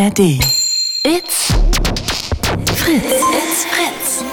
ARD. It's Fritz. It's Fritz.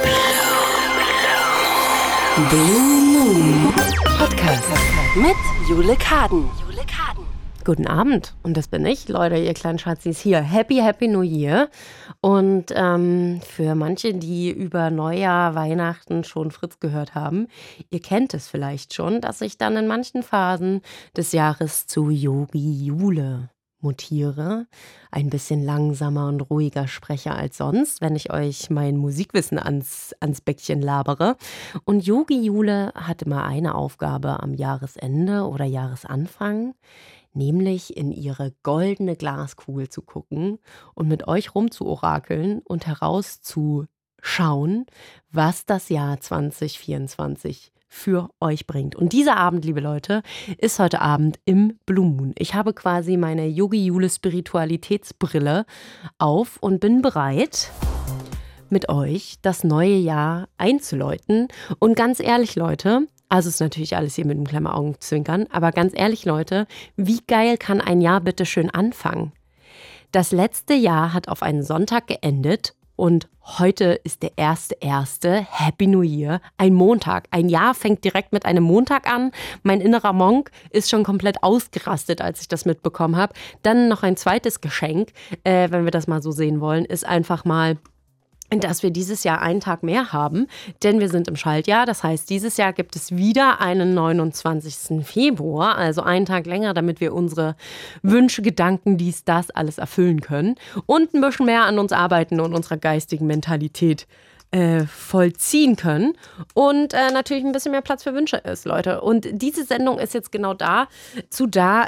Blue Moon Podcast mit Jule Kaden. Guten Abend, und das bin ich, Leute, ihr kleinen Schatzis hier. Happy New Year. Und für manche, die über Neujahr, Weihnachten schon Fritz gehört haben, ihr kennt es vielleicht schon, dass ich dann in manchen Phasen des Jahres zu Yogi Jule mutiere, ein bisschen langsamer und ruhiger spreche als sonst, wenn ich euch mein Musikwissen ans Bäckchen labere. Und Yogi Jule hat immer eine Aufgabe am Jahresende oder Jahresanfang, nämlich in ihre goldene Glaskugel zu gucken und mit euch rumzuorakeln und herauszuschauen, was das Jahr 2024 für euch bringt. Und dieser Abend, liebe Leute, ist heute Abend im Blue Moon. Ich habe quasi meine Yogi-Jule-Spiritualitätsbrille auf und bin bereit, mit euch das neue Jahr einzuläuten. Und ganz ehrlich, Leute, also ist natürlich alles hier mit einem kleinen Augenzwinkern, aber ganz ehrlich, Leute, wie geil kann ein Jahr bitte schön anfangen? Das letzte Jahr hat auf einen Sonntag geendet und heute ist der 1.1. Happy New Year, ein Montag. Ein Jahr fängt direkt mit einem Montag an. Mein innerer Monk ist schon komplett ausgerastet, als ich das mitbekommen habe. Dann noch ein zweites Geschenk, wenn wir das mal so sehen wollen, ist einfach mal, dass wir dieses Jahr einen Tag mehr haben, denn wir sind im Schaltjahr. Das heißt, dieses Jahr gibt es wieder einen 29. Februar, also einen Tag länger, damit wir unsere Wünsche, Gedanken, dies, das alles erfüllen können und ein bisschen mehr an uns arbeiten und unserer geistigen Mentalität vollziehen können und natürlich ein bisschen mehr Platz für Wünsche ist, Leute. Und diese Sendung ist jetzt genau dazu da,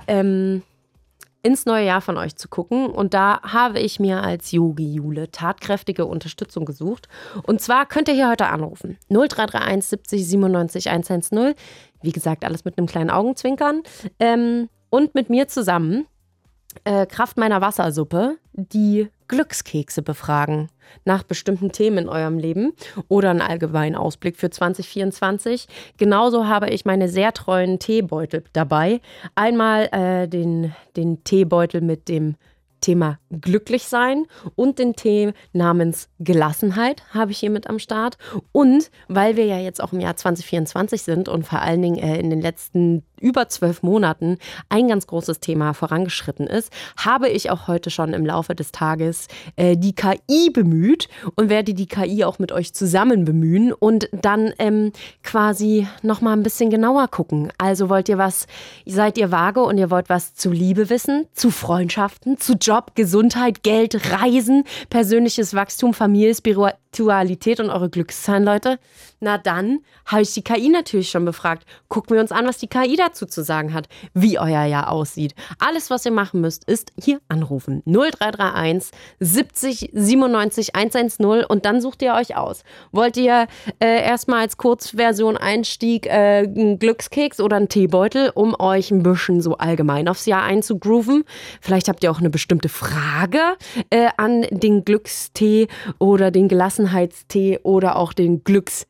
ins neue Jahr von euch zu gucken. Und da habe ich mir als Yogi Jule tatkräftige Unterstützung gesucht. Und zwar könnt ihr hier heute anrufen. 0331 70 97 110. Wie gesagt, alles mit einem kleinen Augenzwinkern. Und mit mir zusammen, Kraft meiner Wassersuppe, die Glückskekse befragen nach bestimmten Themen in eurem Leben oder einen allgemeinen Ausblick für 2024. Genauso habe ich meine sehr treuen Teebeutel dabei. Einmal den Teebeutel mit dem Thema Glücklichsein und den Tee namens Gelassenheit habe ich hier mit am Start. Und weil wir ja jetzt auch im Jahr 2024 sind und vor allen Dingen in den letzten über 12 Monaten ein ganz großes Thema vorangeschritten ist, habe ich auch heute schon im Laufe des Tages die KI bemüht und werde die KI auch mit euch zusammen bemühen und dann quasi nochmal ein bisschen genauer gucken. Also seid ihr vage und ihr wollt was zu Liebe wissen, zu Freundschaften, zu Job, Gesundheit, Geld, Reisen, persönliches Wachstum, Familie, Spiritualität und eure Glückszahlen, Leute? Na dann habe ich die KI natürlich schon befragt. Gucken wir uns an, was die KI dazu zu sagen hat, wie euer Jahr aussieht. Alles, was ihr machen müsst, ist hier anrufen. 0331 70 97 110 und dann sucht ihr euch aus. Wollt ihr erstmal als Kurzversion Einstieg einen Glückskeks oder einen Teebeutel, um euch ein bisschen so allgemein aufs Jahr einzugrooven? Vielleicht habt ihr auch eine bestimmte Frage an den Glückstee oder den Gelassenheitstee oder auch den Glückskeks,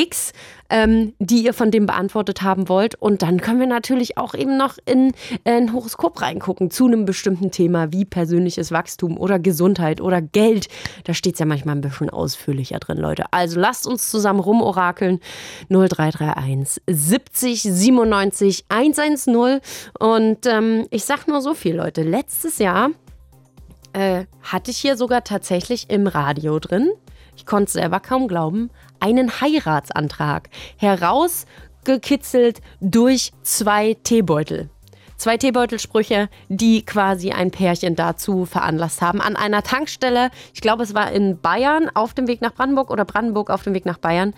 die ihr von dem beantwortet haben wollt. Und dann können wir natürlich auch eben noch in ein Horoskop reingucken zu einem bestimmten Thema wie persönliches Wachstum oder Gesundheit oder Geld. Da steht es ja manchmal ein bisschen ausführlicher drin, Leute. Also lasst uns zusammen rumorakeln. 0331 70 97 110. Und ich sag nur so viel, Leute. Letztes Jahr hatte ich hier sogar tatsächlich im Radio drin, ich konnte es selber kaum glauben, einen Heiratsantrag herausgekitzelt durch 2 Teebeutel. 2 Teebeutelsprüche, die quasi ein Pärchen dazu veranlasst haben. An einer Tankstelle, ich glaube, es war in Bayern, auf dem Weg nach Brandenburg oder Brandenburg auf dem Weg nach Bayern,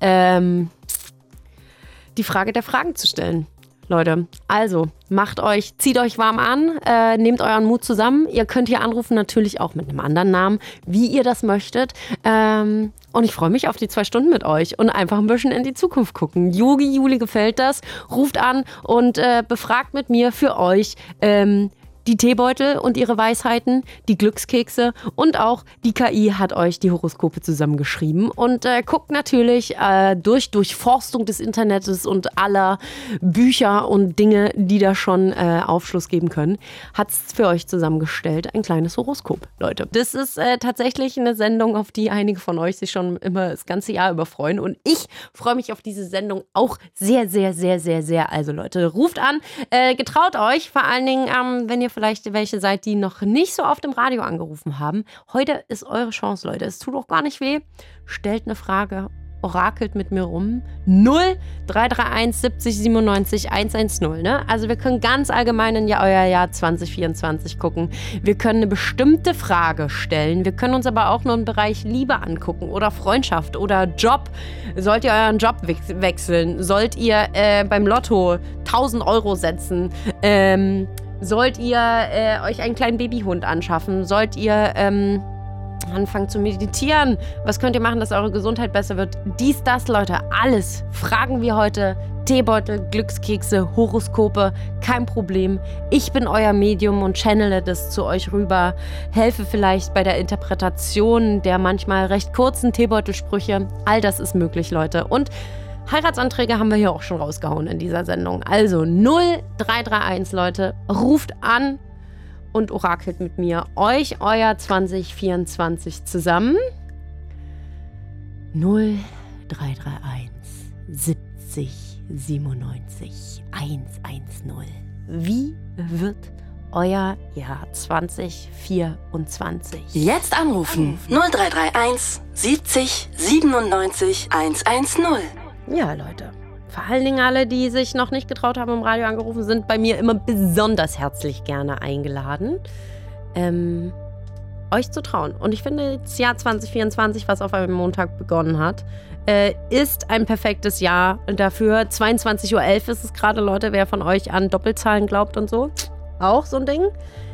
die Frage der Fragen zu stellen. Leute, also zieht euch warm an, nehmt euren Mut zusammen. Ihr könnt hier anrufen, natürlich auch mit einem anderen Namen, wie ihr das möchtet. Und ich freue mich auf die 2 Stunden mit euch und einfach ein bisschen in die Zukunft gucken. Yogi Jule gefällt das, ruft an und befragt mit mir für euch die Teebeutel und ihre Weisheiten, die Glückskekse und auch die KI hat euch die Horoskope zusammengeschrieben und guckt natürlich durch Durchforstung des Internets und aller Bücher und Dinge, die da schon Aufschluss geben können, hat es für euch zusammengestellt, ein kleines Horoskop, Leute. Das ist tatsächlich eine Sendung, auf die einige von euch sich schon immer das ganze Jahr über freuen und ich freue mich auf diese Sendung auch sehr, sehr, sehr, sehr, sehr. Also Leute, ruft an, getraut euch, vor allen Dingen, wenn ihr vielleicht welche seid, die noch nicht so oft im Radio angerufen haben. Heute ist eure Chance, Leute. Es tut auch gar nicht weh. Stellt eine Frage, orakelt mit mir rum. 0331 70 97 110. Ne? Also wir können ganz allgemein in euer Jahr 2024 gucken. Wir können eine bestimmte Frage stellen. Wir können uns aber auch nur im Bereich Liebe angucken oder Freundschaft oder Job. Sollt ihr euren Job wechseln? Sollt ihr beim Lotto 1000 Euro setzen? Sollt ihr euch einen kleinen Babyhund anschaffen? Sollt ihr anfangen zu meditieren? Was könnt ihr machen, dass eure Gesundheit besser wird? Dies, das, Leute, alles fragen wir heute. Teebeutel, Glückskekse, Horoskope, kein Problem. Ich bin euer Medium und channele das zu euch rüber. Helfe vielleicht bei der Interpretation der manchmal recht kurzen Teebeutelsprüche. All das ist möglich, Leute. Und Heiratsanträge haben wir hier auch schon rausgehauen in dieser Sendung. Also 0331, Leute, ruft an und orakelt mit mir euch euer 2024 zusammen. 0331 70 97 110. Wie wird euer Jahr 2024? Jetzt anrufen. 0331 70 97 110. Ja, Leute. Vor allen Dingen alle, die sich noch nicht getraut haben, im Radio angerufen sind, bei mir immer besonders herzlich gerne eingeladen, euch zu trauen. Und ich finde, das Jahr 2024, was auf einem Montag begonnen hat, ist ein perfektes Jahr dafür. 22.11 Uhr ist es gerade, Leute, wer von euch an Doppelzahlen glaubt und so. Auch so ein Ding.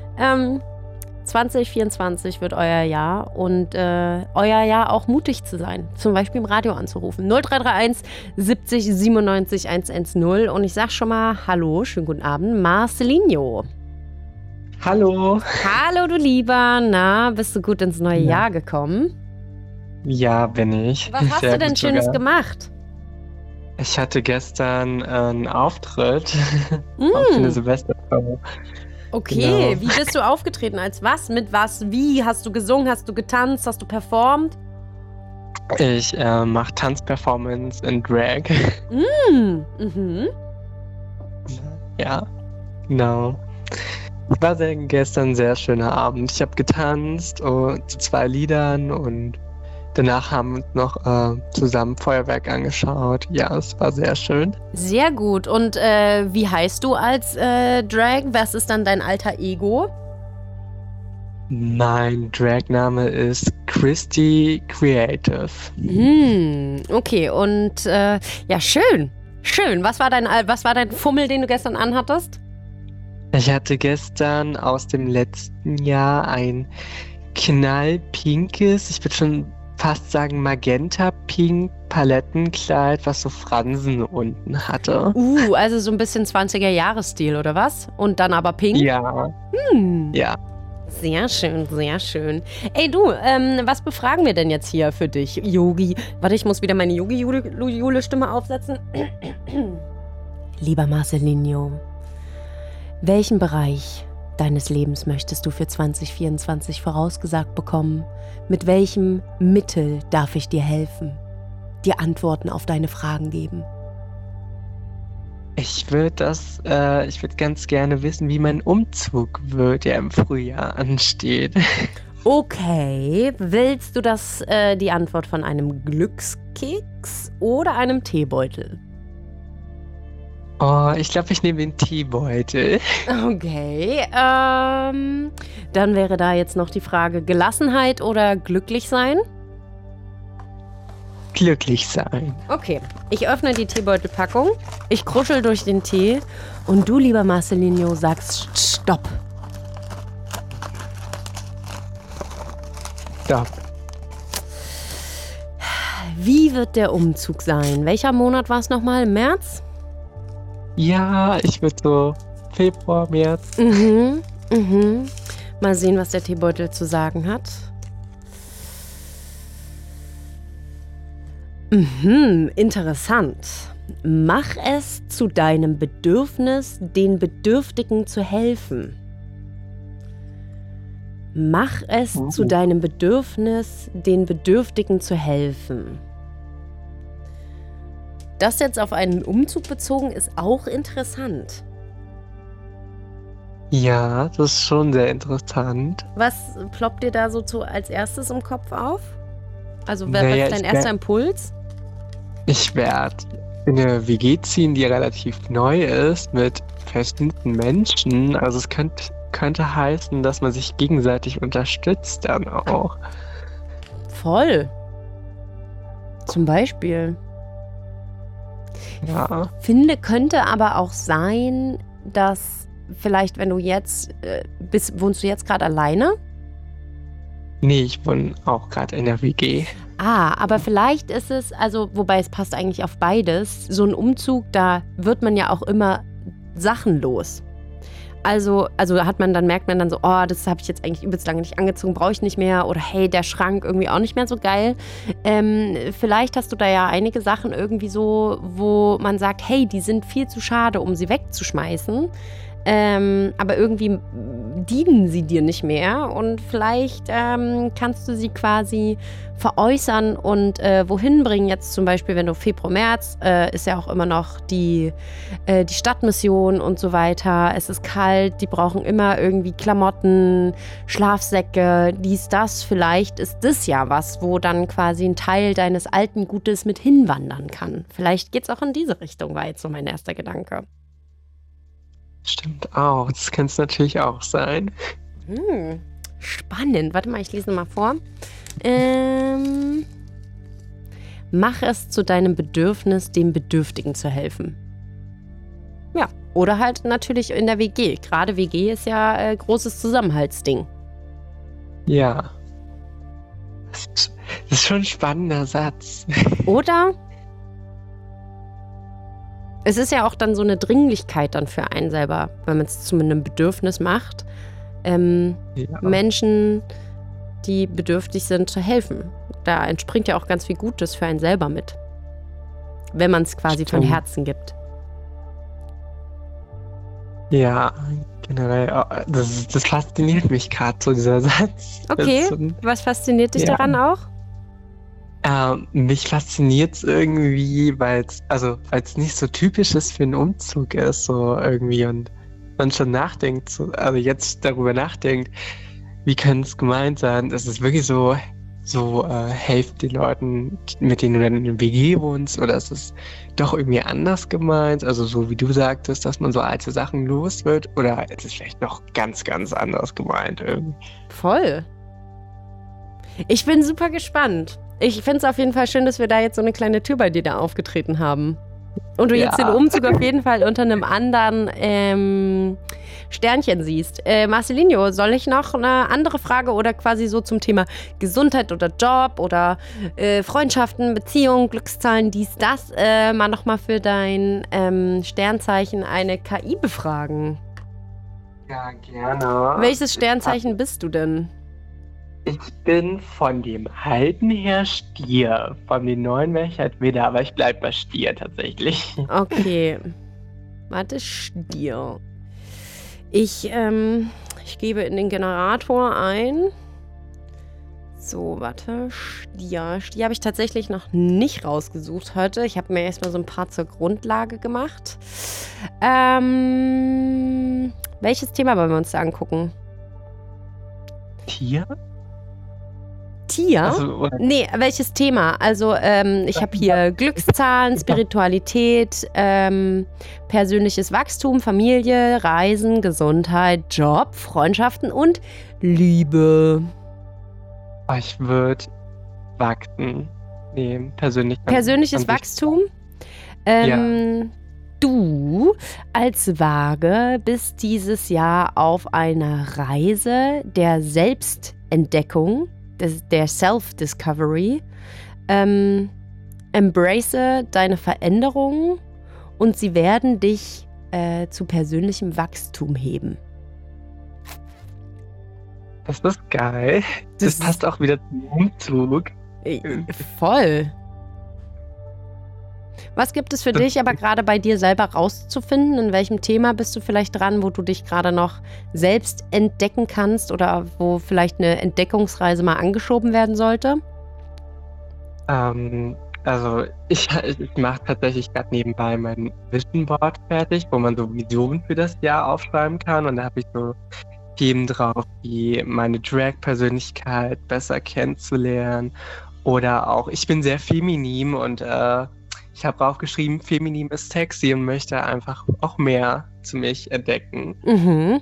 2024 wird euer Jahr und euer Jahr auch mutig zu sein. Zum Beispiel im Radio anzurufen. 0331 70 97 110. Und ich sag schon mal Hallo, schönen guten Abend, Marcelinho. Hallo. Hallo, du Lieber. Na, bist du gut ins neue Jahr gekommen? Ja, bin ich. Was hast du denn Schönes gemacht? Ich hatte gestern einen Auftritt auf eine Silvesterfeier. Okay, Genau. Wie bist du aufgetreten? Als was? Mit was? Wie? Hast du gesungen? Hast du getanzt? Hast du performt? Ich mache Tanzperformance in Drag. Ja, genau. War gestern ein sehr schöner Abend. Ich habe getanzt zu 2 Liedern und danach haben wir uns noch zusammen Feuerwerk angeschaut. Ja, es war sehr schön. Sehr gut. Und wie heißt du als Drag? Was ist dann dein alter Ego? Mein Dragname ist Christy Creative. Okay, und ja, schön. Schön. Was war dein Fummel, den du gestern anhattest? Ich hatte gestern aus dem letzten Jahr ein knallpinkes, ich würde schon fast sagen magenta-pink Palettenkleid, was so Fransen unten hatte. Also so ein bisschen 20er-Jahres-Stil, oder was? Und dann aber pink? Ja. Ja. Sehr schön, sehr schön. Ey du, was befragen wir denn jetzt hier für dich, Yogi? Warte, ich muss wieder meine Yogi-Jule-Stimme aufsetzen. Lieber Marcelinho, welchen Bereich deines Lebens möchtest du für 2024 vorausgesagt bekommen? Mit welchem Mittel darf ich dir helfen? Dir Antworten auf deine Fragen geben? Ich würde ganz gerne wissen, wie mein Umzug wird, der im Frühjahr ansteht. Okay, willst du die Antwort von einem Glückskeks oder einem Teebeutel? Oh, ich glaube, ich nehme den Teebeutel. Okay, dann wäre da jetzt noch die Frage Gelassenheit oder glücklich sein? Glücklich sein. Okay, ich öffne die Teebeutelpackung, ich kruschel durch den Tee und du, lieber Marcelinho, sagst Stopp. Stopp. Wie wird der Umzug sein? Welcher Monat war es nochmal? Im März? Ja, ich würde so Februar, März. Mhm. Mal sehen, was der Teebeutel zu sagen hat. Interessant. Mach es zu deinem Bedürfnis, den Bedürftigen zu helfen. Mach es zu deinem Bedürfnis, den Bedürftigen zu helfen. Das jetzt auf einen Umzug bezogen ist auch interessant. Ja, das ist schon sehr interessant. Was ploppt dir da so als erstes im Kopf auf? Also, was Naja, ist dein erster Impuls? Ich werde in eine WG ziehen, die relativ neu ist, mit verschiedenen Menschen. Also es könnte heißen, dass man sich gegenseitig unterstützt dann auch. Voll. Zum Beispiel. Ja. Finde, könnte aber auch sein, dass vielleicht, wenn du jetzt wohnst du jetzt gerade alleine? Nee, ich wohne auch gerade in der WG. Aber vielleicht ist es, also wobei es passt eigentlich auf beides, so ein Umzug, da wird man ja auch immer Sachen los. Also merkt man dann so, oh, das habe ich jetzt eigentlich übelst lange nicht angezogen, brauche ich nicht mehr. Oder hey, der Schrank irgendwie auch nicht mehr so geil. Vielleicht hast du da ja einige Sachen irgendwie so, wo man sagt, hey, die sind viel zu schade, um sie wegzuschmeißen. Aber irgendwie dienen sie dir nicht mehr und vielleicht kannst du sie quasi veräußern und wohin bringen. Jetzt zum Beispiel, wenn du Februar, März, ist ja auch immer noch die Stadtmission und so weiter. Es ist kalt, die brauchen immer irgendwie Klamotten, Schlafsäcke, dies, das. Vielleicht ist das ja was, wo dann quasi ein Teil deines alten Gutes mit hinwandern kann. Vielleicht geht es auch in diese Richtung, war jetzt so mein erster Gedanke. Stimmt auch. Das kann es natürlich auch sein. Spannend. Warte mal, ich lese nochmal vor. Mach es zu deinem Bedürfnis, dem Bedürftigen zu helfen. Ja, oder halt natürlich in der WG. Gerade WG ist ja großes Zusammenhaltsding. Ja. Das ist schon ein spannender Satz. Oder? Es ist ja auch dann so eine Dringlichkeit dann für einen selber, wenn man es zu einem Bedürfnis macht, Menschen, die bedürftig sind, zu helfen. Da entspringt ja auch ganz viel Gutes für einen selber mit, wenn man es quasi von Herzen gibt. Ja, generell, das fasziniert mich gerade, so dieser Satz. Okay, was fasziniert dich daran auch? Mich fasziniert es irgendwie, weil es nicht so typisch ist für einen Umzug ist, so irgendwie, und man schon nachdenkt, also jetzt darüber nachdenkt, wie kann es gemeint sein? Ist es wirklich so helft den Leuten, mit denen du dann in der WG wohnst, oder ist es doch irgendwie anders gemeint? Also so wie du sagtest, dass man so alte Sachen los wird, oder ist es vielleicht noch ganz, ganz anders gemeint irgendwie? Voll. Ich bin super gespannt. Ich finde es auf jeden Fall schön, dass wir da jetzt so eine kleine Tür bei dir da aufgetreten haben. Und du jetzt den Umzug auf jeden Fall unter einem anderen Sternchen siehst. Marcelinho, soll ich noch eine andere Frage oder quasi so zum Thema Gesundheit oder Job oder Freundschaften, Beziehungen, Glückszahlen, dies, das, mal nochmal für dein Sternzeichen eine KI befragen? Ja, gerne. Welches Sternzeichen bist du denn? Ich bin von dem alten her Stier. Von den neuen wäre ich halt wieder, aber ich bleib bei Stier tatsächlich. Okay. Warte, Stier. Ich gebe in den Generator ein. So, warte. Stier. Stier habe ich tatsächlich noch nicht rausgesucht heute. Ich habe mir erstmal so ein paar zur Grundlage gemacht. Welches Thema wollen wir uns da angucken? Tier? Tier? Also, nee, welches Thema? Also ich habe hier Glückszahlen, Spiritualität, persönliches Wachstum, Familie, Reisen, Gesundheit, Job, Freundschaften und Liebe. Ich würde wachsen nehmen, Persönliches Wachstum? Du als Waage bist dieses Jahr auf einer Reise der Selbstentdeckung, der Self-Discovery. Embrace deine Veränderungen und sie werden dich zu persönlichem Wachstum heben. Das ist geil. Das passt auch wieder zum Umzug. Voll. Was gibt es für dich aber gerade bei dir selber rauszufinden? In welchem Thema bist du vielleicht dran, wo du dich gerade noch selbst entdecken kannst oder wo vielleicht eine Entdeckungsreise mal angeschoben werden sollte? Also ich mache tatsächlich gerade nebenbei mein Vision Board fertig, wo man so Visionen für das Jahr aufschreiben kann. Und da habe ich so Themen drauf, wie meine Drag-Persönlichkeit besser kennenzulernen. Oder auch, ich bin sehr feminin und ich habe draufgeschrieben, feminin ist sexy und möchte einfach auch mehr zu mich entdecken. Mhm.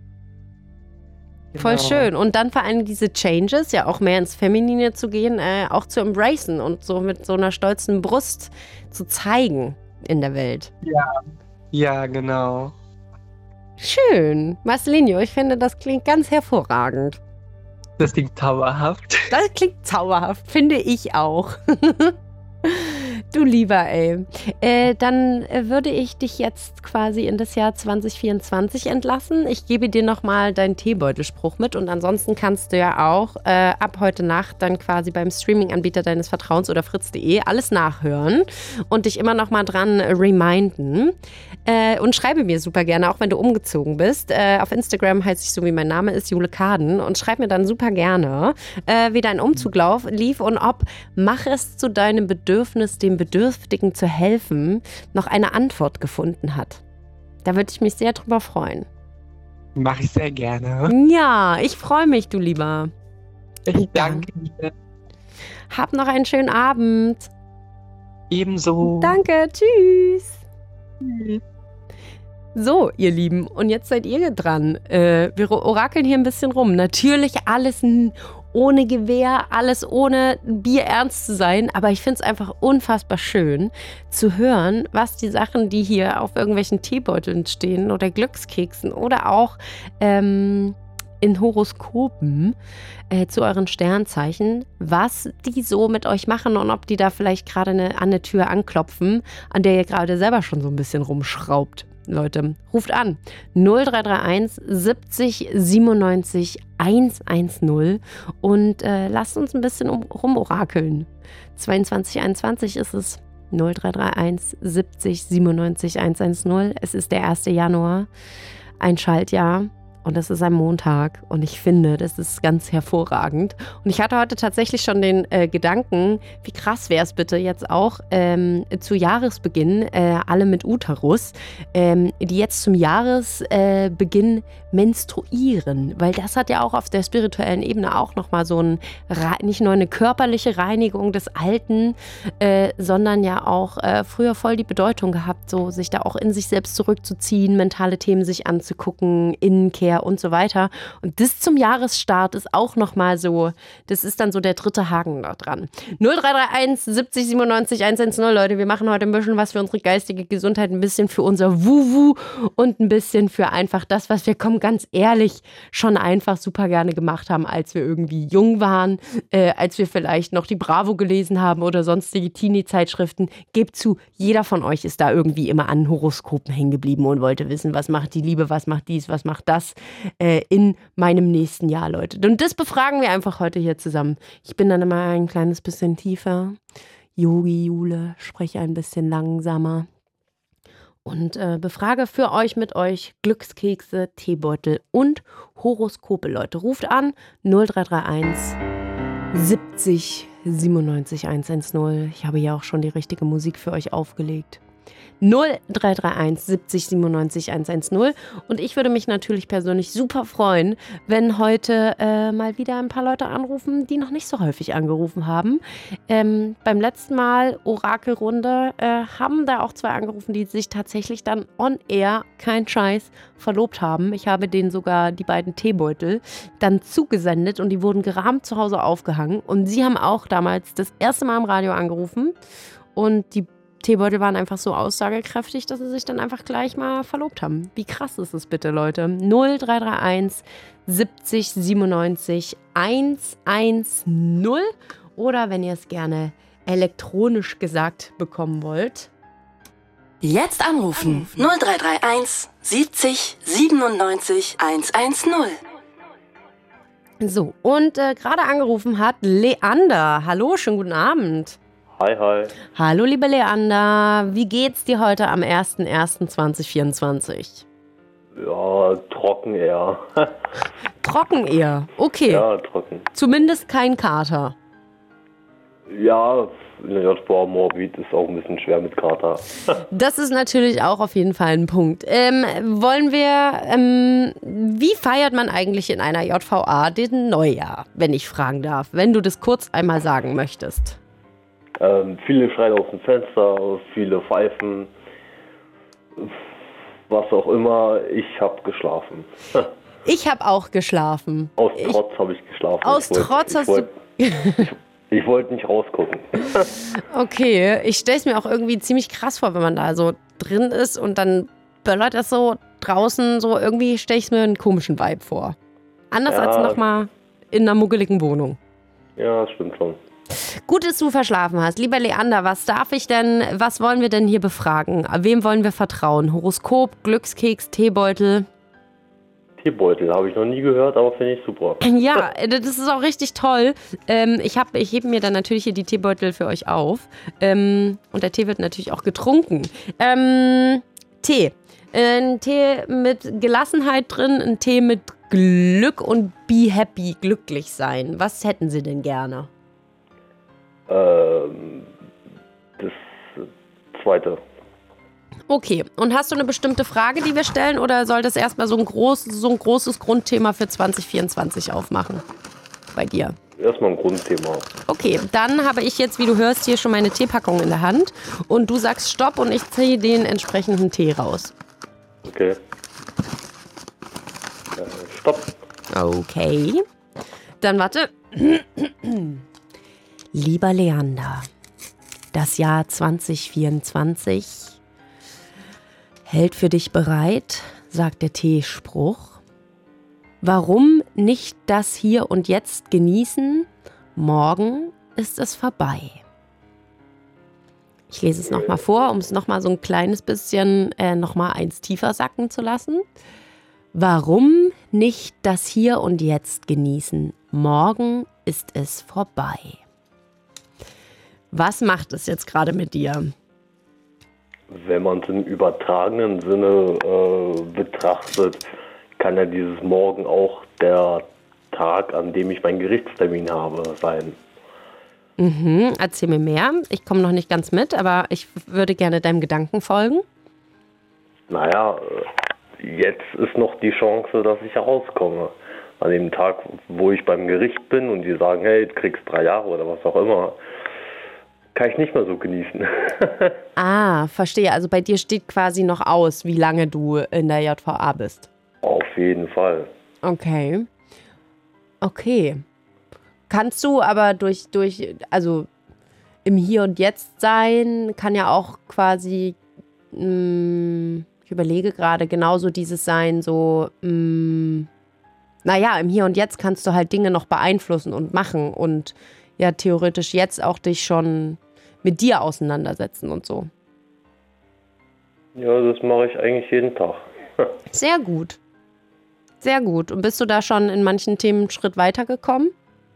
Voll Genau. schön. Und dann vor allem diese Changes, ja auch mehr ins Feminine zu gehen, auch zu embracen und so mit so einer stolzen Brust zu zeigen in der Welt. Ja, genau. Schön. Marcelinho, ich finde, das klingt ganz hervorragend. Das klingt zauberhaft. Das klingt zauberhaft, finde ich auch. Du lieber, ey. Dann würde ich dich jetzt quasi in das Jahr 2024 entlassen. Ich gebe dir nochmal deinen Teebeutelspruch mit und ansonsten kannst du ja auch ab heute Nacht dann quasi beim Streaming-Anbieter deines Vertrauens oder fritz.de alles nachhören und dich immer nochmal dran reminden. Und schreibe mir super gerne, auch wenn du umgezogen bist. Auf Instagram heiße ich so, wie mein Name ist, Jule Kaden. Und schreib mir dann super gerne, wie dein Umzug lief und ob mach es zu deinem Bedürfnis, dem Bedürftigen zu helfen, noch eine Antwort gefunden hat. Da würde ich mich sehr drüber freuen. Mache ich sehr gerne. Ja, ich freue mich, du Lieber. Ich danke dir. Hab noch einen schönen Abend. Ebenso. Danke, tschüss. So, ihr Lieben, und jetzt seid ihr dran. Wir orakeln hier ein bisschen rum. Natürlich alles ohne Gewehr, alles ohne bierernst zu sein, aber ich finde es einfach unfassbar schön zu hören, was die Sachen, die hier auf irgendwelchen Teebeuteln stehen oder Glückskeksen oder auch in Horoskopen zu euren Sternzeichen, was die so mit euch machen und ob die da vielleicht gerade an eine Tür anklopfen, an der ihr gerade selber schon so ein bisschen rumschraubt. Leute, ruft an 0331 70 97 110 und lasst uns ein bisschen rumorakeln. 2221 ist es. 0331 70 97 110. Es ist der 1. Januar, ein Schaltjahr. Und es ist ein Montag und ich finde, das ist ganz hervorragend. Und ich hatte heute tatsächlich schon den Gedanken, wie krass wäre es bitte jetzt auch zu Jahresbeginn, alle mit Uterus, die jetzt zum Jahresbeginn menstruieren. Weil das hat ja auch auf der spirituellen Ebene auch nochmal so nicht nur eine körperliche Reinigung des Alten, sondern ja auch früher voll die Bedeutung gehabt, so sich da auch in sich selbst zurückzuziehen, mentale Themen sich anzugucken, Innenkehr und so weiter. Und das zum Jahresstart ist auch nochmal so, das ist dann so der dritte Haken da dran. 0331 70 97 110, Leute, wir machen heute ein bisschen was für unsere geistige Gesundheit, ein bisschen für unser Wuhu und ein bisschen für einfach das, was wir, kommen ganz ehrlich, schon einfach super gerne gemacht haben, als wir irgendwie jung waren, als wir vielleicht noch die Bravo gelesen haben oder sonstige Teenie-Zeitschriften. Gebt zu, jeder von euch ist da irgendwie immer an Horoskopen hängen geblieben und wollte wissen, was macht die Liebe, was macht dies, was macht das in meinem nächsten Jahr, Leute. Und das befragen wir einfach heute hier zusammen. Ich bin dann immer ein kleines bisschen tiefer. Yogi Jule, spreche ein bisschen langsamer. Und befrage für euch mit euch Glückskekse, Teebeutel und Horoskope, Leute. Ruft an 0331 70 97 110. Ich habe ja auch schon die richtige Musik für euch aufgelegt. 0331 70 97 110. Und ich würde mich natürlich persönlich super freuen, wenn heute mal wieder ein paar Leute anrufen, die noch nicht so häufig angerufen haben. Beim letzten Mal Orakelrunde haben da auch 2 angerufen, die sich tatsächlich dann on air, kein Scheiß, verlobt haben. Ich habe denen sogar die beiden Teebeutel dann zugesendet und die wurden gerahmt zu Hause aufgehangen. Und sie haben auch damals das erste Mal im Radio angerufen und die Teebeutel waren einfach so aussagekräftig, dass sie sich dann einfach gleich mal verlobt haben. Wie krass ist es bitte, Leute? 0331 70 97 110 oder wenn ihr es gerne elektronisch gesagt bekommen wollt. Jetzt anrufen 0331 70 97 110. So, und gerade angerufen hat Leander. Hallo, schönen guten Abend. Hi, hi. Hallo, liebe Leander. Wie geht's dir heute am 01.01.2024? Ja, trocken eher. Trocken eher, okay. Ja, trocken. Zumindest kein Kater. Ja, in der JVA Moabit ist auch ein bisschen schwer mit Kater. Das ist natürlich auch auf jeden Fall ein Punkt. Wie feiert man eigentlich in einer JVA den Neujahr, wenn ich fragen darf, wenn du das kurz einmal sagen möchtest? Viele schreien aus dem Fenster, viele pfeifen, was auch immer. Ich habe geschlafen. Ich habe auch geschlafen. Aus Trotz habe ich geschlafen. Ich wollte nicht rausgucken. Okay, ich stelle es mir auch irgendwie ziemlich krass vor, wenn man da so drin ist und dann böllert das so draußen, so irgendwie stelle ich mir einen komischen Vibe vor. Anders als nochmal in einer muggeligen Wohnung. Ja, das stimmt schon. Gut, dass du verschlafen hast. Lieber Leander, was wollen wir denn hier befragen? Wem wollen wir vertrauen? Horoskop, Glückskeks, Teebeutel? Teebeutel habe ich noch nie gehört, aber finde ich super. Ja, das ist auch richtig toll. Ich hebe mir dann natürlich hier die Teebeutel für euch auf. Und der Tee wird natürlich auch getrunken. Tee. Ein Tee mit Gelassenheit drin, ein Tee mit Glück und be happy, glücklich sein. Was hätten Sie denn gerne? Das zweite. Okay, und hast du eine bestimmte Frage, die wir stellen, oder soll das erstmal so ein großes Grundthema für 2024 aufmachen bei dir? Erstmal ein Grundthema. Okay, dann habe ich jetzt, wie du hörst, hier schon meine Teepackung in der Hand und du sagst Stopp und ich ziehe den entsprechenden Tee raus. Okay. Stopp. Okay, dann warte. Lieber Leander, das Jahr 2024 hält für dich bereit, sagt der Teespruch. Warum nicht das Hier und Jetzt genießen? Morgen ist es vorbei. Ich lese es nochmal vor, um es nochmal so ein kleines bisschen nochmal eins tiefer sacken zu lassen. Warum nicht das Hier und Jetzt genießen? Morgen ist es vorbei. Was macht es jetzt gerade mit dir? Wenn man es im übertragenen Sinne betrachtet, kann ja dieses Morgen auch der Tag, an dem ich meinen Gerichtstermin habe, sein. Erzähl mir mehr. Ich komme noch nicht ganz mit, aber ich würde gerne deinem Gedanken folgen. Naja, jetzt ist noch die Chance, dass ich herauskomme. An dem Tag, wo ich beim Gericht bin und die sagen, hey, du kriegst 3 Jahre oder was auch immer, kann ich nicht mehr so genießen. Ah, verstehe. Also bei dir steht quasi noch aus, wie lange du in der JVA bist. Auf jeden Fall. Okay. Kannst du aber also im Hier und Jetzt sein, kann ja auch quasi, ich überlege gerade, genauso dieses sein, so, naja, im Hier und Jetzt kannst du halt Dinge noch beeinflussen und machen und ja, theoretisch jetzt auch dich schon mit dir auseinandersetzen und so. Ja, das mache ich eigentlich jeden Tag. Sehr gut. Sehr gut. Und bist du da schon in manchen Themen einen Schritt weitergekommen?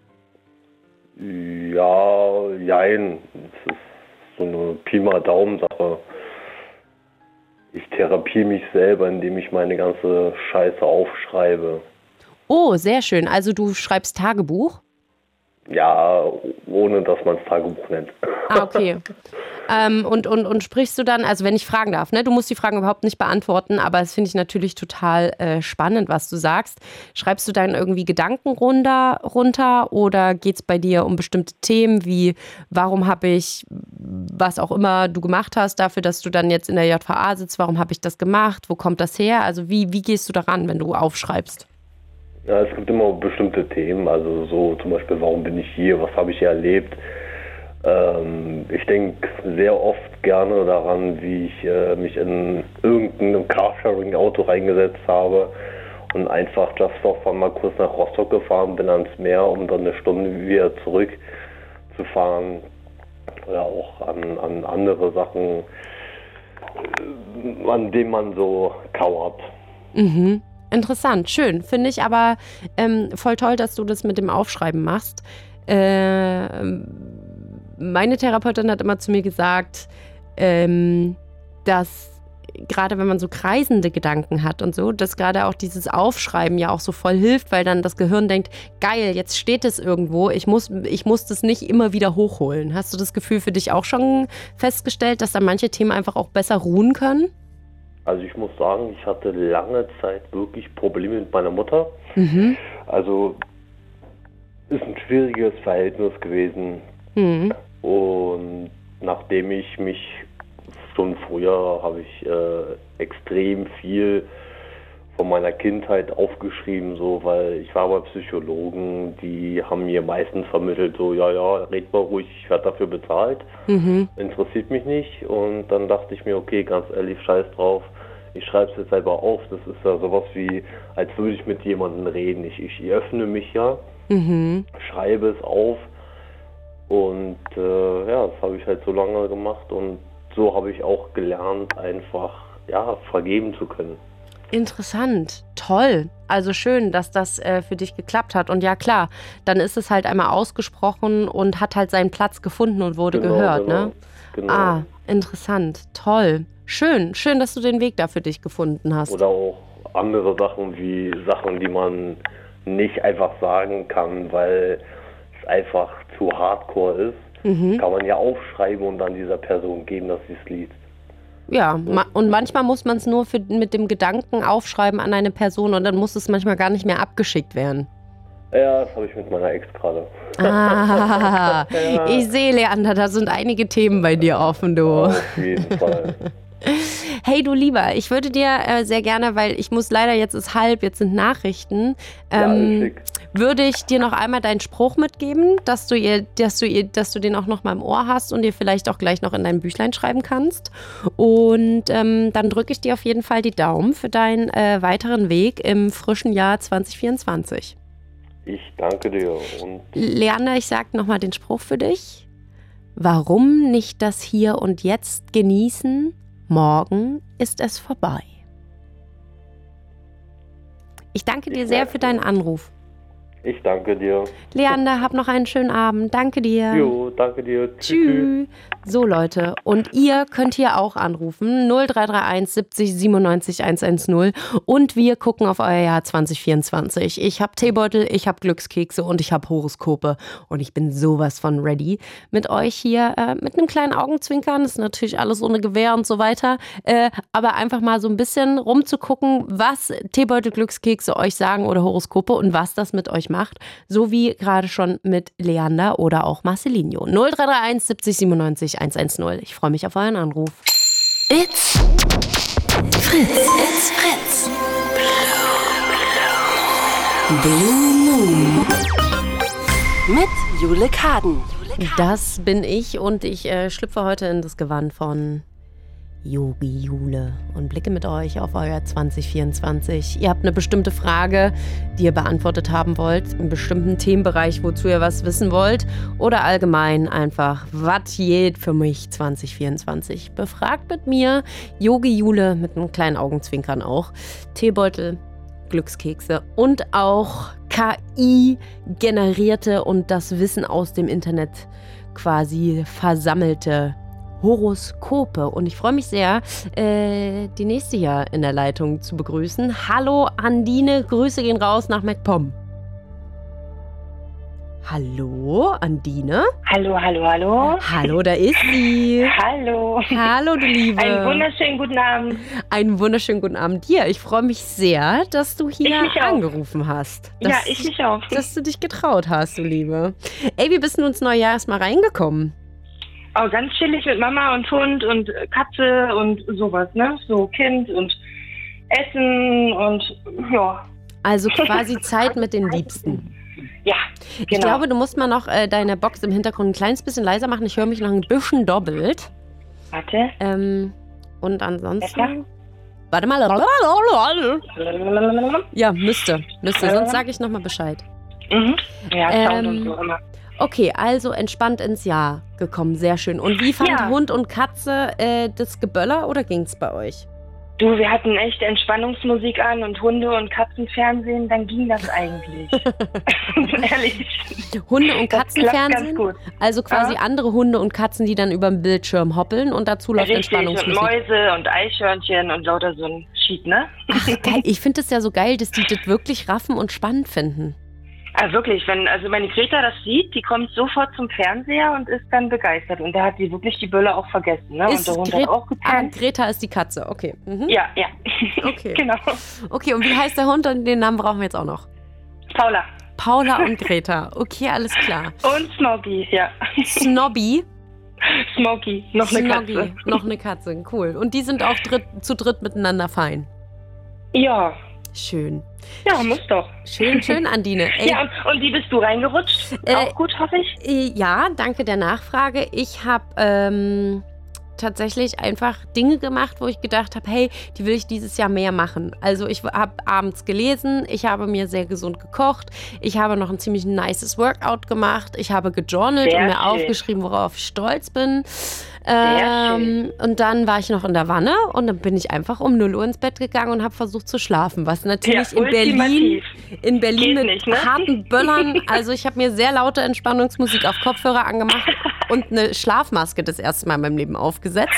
Ja, jein. Es ist so eine Pi mal Daumen-Sache. Ich therapiere mich selber, indem ich meine ganze Scheiße aufschreibe. Oh, sehr schön. Also du schreibst Tagebuch? Ja, ohne dass man es Tagebuch nennt. Ah, okay. Und sprichst du dann, also wenn ich fragen darf, ne? Du musst die Fragen überhaupt nicht beantworten, aber das finde ich natürlich total spannend, was du sagst. Schreibst du dann irgendwie Gedanken runter oder geht es bei dir um bestimmte Themen wie, warum habe ich, was auch immer du gemacht hast, dafür, dass du dann jetzt in der JVA sitzt, warum habe ich das gemacht, wo kommt das her? Also wie gehst du daran, wenn du aufschreibst? Ja, es gibt immer bestimmte Themen, also so zum Beispiel, warum bin ich hier, was habe ich hier erlebt. Ich denke sehr oft gerne daran, wie ich mich in irgendeinem Carsharing-Auto reingesetzt habe und einfach just for fun mal kurz nach Rostock gefahren bin ans Meer, um dann eine Stunde wieder zurückzufahren. Oder auch an andere Sachen, an denen man so kauert. Mhm. interessant, schön. Finde ich aber voll toll, dass du das mit dem Aufschreiben machst. Meine Therapeutin hat immer zu mir gesagt, dass gerade wenn man so kreisende Gedanken hat und so, dass gerade auch dieses Aufschreiben ja auch so voll hilft, weil dann das Gehirn denkt, geil, jetzt steht es irgendwo, ich muss das nicht immer wieder hochholen. Hast du das Gefühl für dich auch schon festgestellt, dass da manche Themen einfach auch besser ruhen können? Also ich muss sagen, ich hatte lange Zeit wirklich Probleme mit meiner Mutter. Also ist ein schwieriges Verhältnis gewesen. Und nachdem ich mich schon früher habe ich extrem viel von meiner Kindheit aufgeschrieben, so, weil ich war bei Psychologen, die haben mir meistens vermittelt, so, ja, red mal ruhig, ich werde dafür bezahlt, interessiert mich nicht. Und dann dachte ich mir, okay, ganz ehrlich, scheiß drauf, ich schreibe es jetzt selber auf. Das ist ja sowas wie, als würde ich mit jemandem reden. Ich öffne mich ja, schreibe es auf und das habe ich halt so lange gemacht und so habe ich auch gelernt, einfach vergeben zu können. Interessant, toll. Also schön, dass das für dich geklappt hat. Und ja klar, dann ist es halt einmal ausgesprochen und hat halt seinen Platz gefunden und wurde gehört. Ne? Genau. Interessant, toll. Schön, dass du den Weg da für dich gefunden hast. Oder auch andere Sachen wie Sachen, die man nicht einfach sagen kann, weil es einfach zu hardcore ist. Kann man ja aufschreiben und dann dieser Person geben, dass sie es liest. Ja, und manchmal muss man es nur mit dem Gedanken aufschreiben an eine Person und dann muss es manchmal gar nicht mehr abgeschickt werden. Ja, das habe ich mit meiner Ex gerade. Ich sehe, Leander, da sind einige Themen bei dir offen, du. Auf jeden Fall. Hey, du Lieber, ich würde dir sehr gerne, weil ich muss leider, jetzt ist halb, jetzt sind Nachrichten, würde ich dir noch einmal deinen Spruch mitgeben, dass du den auch noch mal im Ohr hast und dir vielleicht auch gleich noch in dein Büchlein schreiben kannst. Und dann drücke ich dir auf jeden Fall die Daumen für deinen weiteren Weg im frischen Jahr 2024. Ich danke dir. Und Leander, ich sage nochmal den Spruch für dich. Warum nicht das Hier und Jetzt genießen? Morgen ist es vorbei. Ich danke dir sehr für deinen Anruf. Ich danke dir. Leander, hab noch einen schönen Abend. Danke dir. Jo, danke dir. Tschüss. So, Leute, und ihr könnt hier auch anrufen. 0331 70 97 110 und wir gucken auf euer Jahr 2024. Ich habe Teebeutel, ich habe Glückskekse und ich habe Horoskope und ich bin sowas von ready mit euch hier mit einem kleinen Augenzwinkern. Das ist natürlich alles ohne Gewehr und so weiter, aber einfach mal so ein bisschen rumzugucken, was Teebeutel, Glückskekse euch sagen oder Horoskope und was das mit euch macht, so wie gerade schon mit Leander oder auch Marcelinho. 0331 70 97 110. Ich freue mich auf euren Anruf. It's Fritz. It's Fritz. Blue Moon. Mit Jule Kaden. Das bin ich und ich schlüpfe heute in das Gewand von Yogi Jule und blicke mit euch auf euer 2024. Ihr habt eine bestimmte Frage, die ihr beantwortet haben wollt, einen bestimmten Themenbereich, wozu ihr was wissen wollt oder allgemein einfach, was geht für mich 2024? Befragt mit mir Yogi Jule mit einem kleinen Augenzwinkern auch. Teebeutel, Glückskekse und auch KI-generierte und das Wissen aus dem Internet quasi versammelte Horoskope. Und ich freue mich sehr, die nächste hier in der Leitung zu begrüßen. Hallo Andine, Grüße gehen raus nach MacPom. Hallo Andine. Hallo. Hallo, da ist sie. Hallo. Hallo, du Liebe. Einen wunderschönen guten Abend. Einen wunderschönen guten Abend dir. Ich freue mich sehr, dass du hier angerufen hast. Ich mich auch. Dass du dich getraut hast, du Liebe. Ey, wie bist du ins neue Jahr erstmal reingekommen? Oh, ganz chillig mit Mama und Hund und Katze und sowas, ne? So Kind und Essen und ja. Also quasi Zeit mit den Liebsten. Ja, genau. Ich glaube, du musst mal noch deine Box im Hintergrund ein kleines bisschen leiser machen. Ich höre mich noch ein bisschen doppelt. Warte. Und ansonsten... Besser? Warte mal. Ja, müsste. Sonst sage ich nochmal Bescheid. Ja, Sound und so immer. Okay, also entspannt ins Jahr gekommen. Sehr schön. Und wie fand Hund und Katze das Geböller oder ging es bei euch? Du, wir hatten echt Entspannungsmusik an und Hunde- und Katzenfernsehen, dann ging das eigentlich. Ehrlich. Hunde- und Das klappt Katzenfernsehen? ganz gut. Also quasi andere Hunde und Katzen, die dann über den Bildschirm hoppeln und dazu läuft Richtig, und Entspannungsmusik. Mäuse und Eichhörnchen und lauter so ein Shit, ne? Ach, geil. Ich finde es ja so geil, dass die das wirklich raffen und spannend finden. Ah, wirklich, wenn also meine Greta das sieht, die kommt sofort zum Fernseher und ist dann begeistert. Und da hat die wirklich die Bölle auch vergessen, ne? Und der Hund hat auch gepennt. Greta ist die Katze, okay. Mhm. Ja. Okay. Genau. Okay, und wie heißt der Hund? Und den Namen brauchen wir jetzt auch noch. Paula. Paula und Greta. Okay, alles klar. Und Smokey, ja. Snobby. Smokey, noch eine Snoggy, Katze. noch eine Katze, cool. Und die sind auch zu dritt miteinander fein. Ja. Schön. Ja, muss doch. Schön, Andine. Ey, Ja, und wie bist du reingerutscht? Auch gut, hoffe ich? Ja, danke der Nachfrage. Ich habe tatsächlich einfach Dinge gemacht, wo ich gedacht habe, hey, die will ich dieses Jahr mehr machen. Also ich habe abends gelesen, ich habe mir sehr gesund gekocht, ich habe noch ein ziemlich nices Workout gemacht, ich habe gejournalt Sehr und mir schön. aufgeschrieben, worauf ich stolz bin. schön. Und dann war ich noch in der Wanne und dann bin ich einfach um 0 Uhr ins Bett gegangen und habe versucht zu schlafen, was natürlich Ja, ultimativ. in Berlin Geht mit nicht, ne? harten Böllern, also ich habe mir sehr laute Entspannungsmusik auf Kopfhörer angemacht und eine Schlafmaske das erste Mal in meinem Leben aufgesetzt.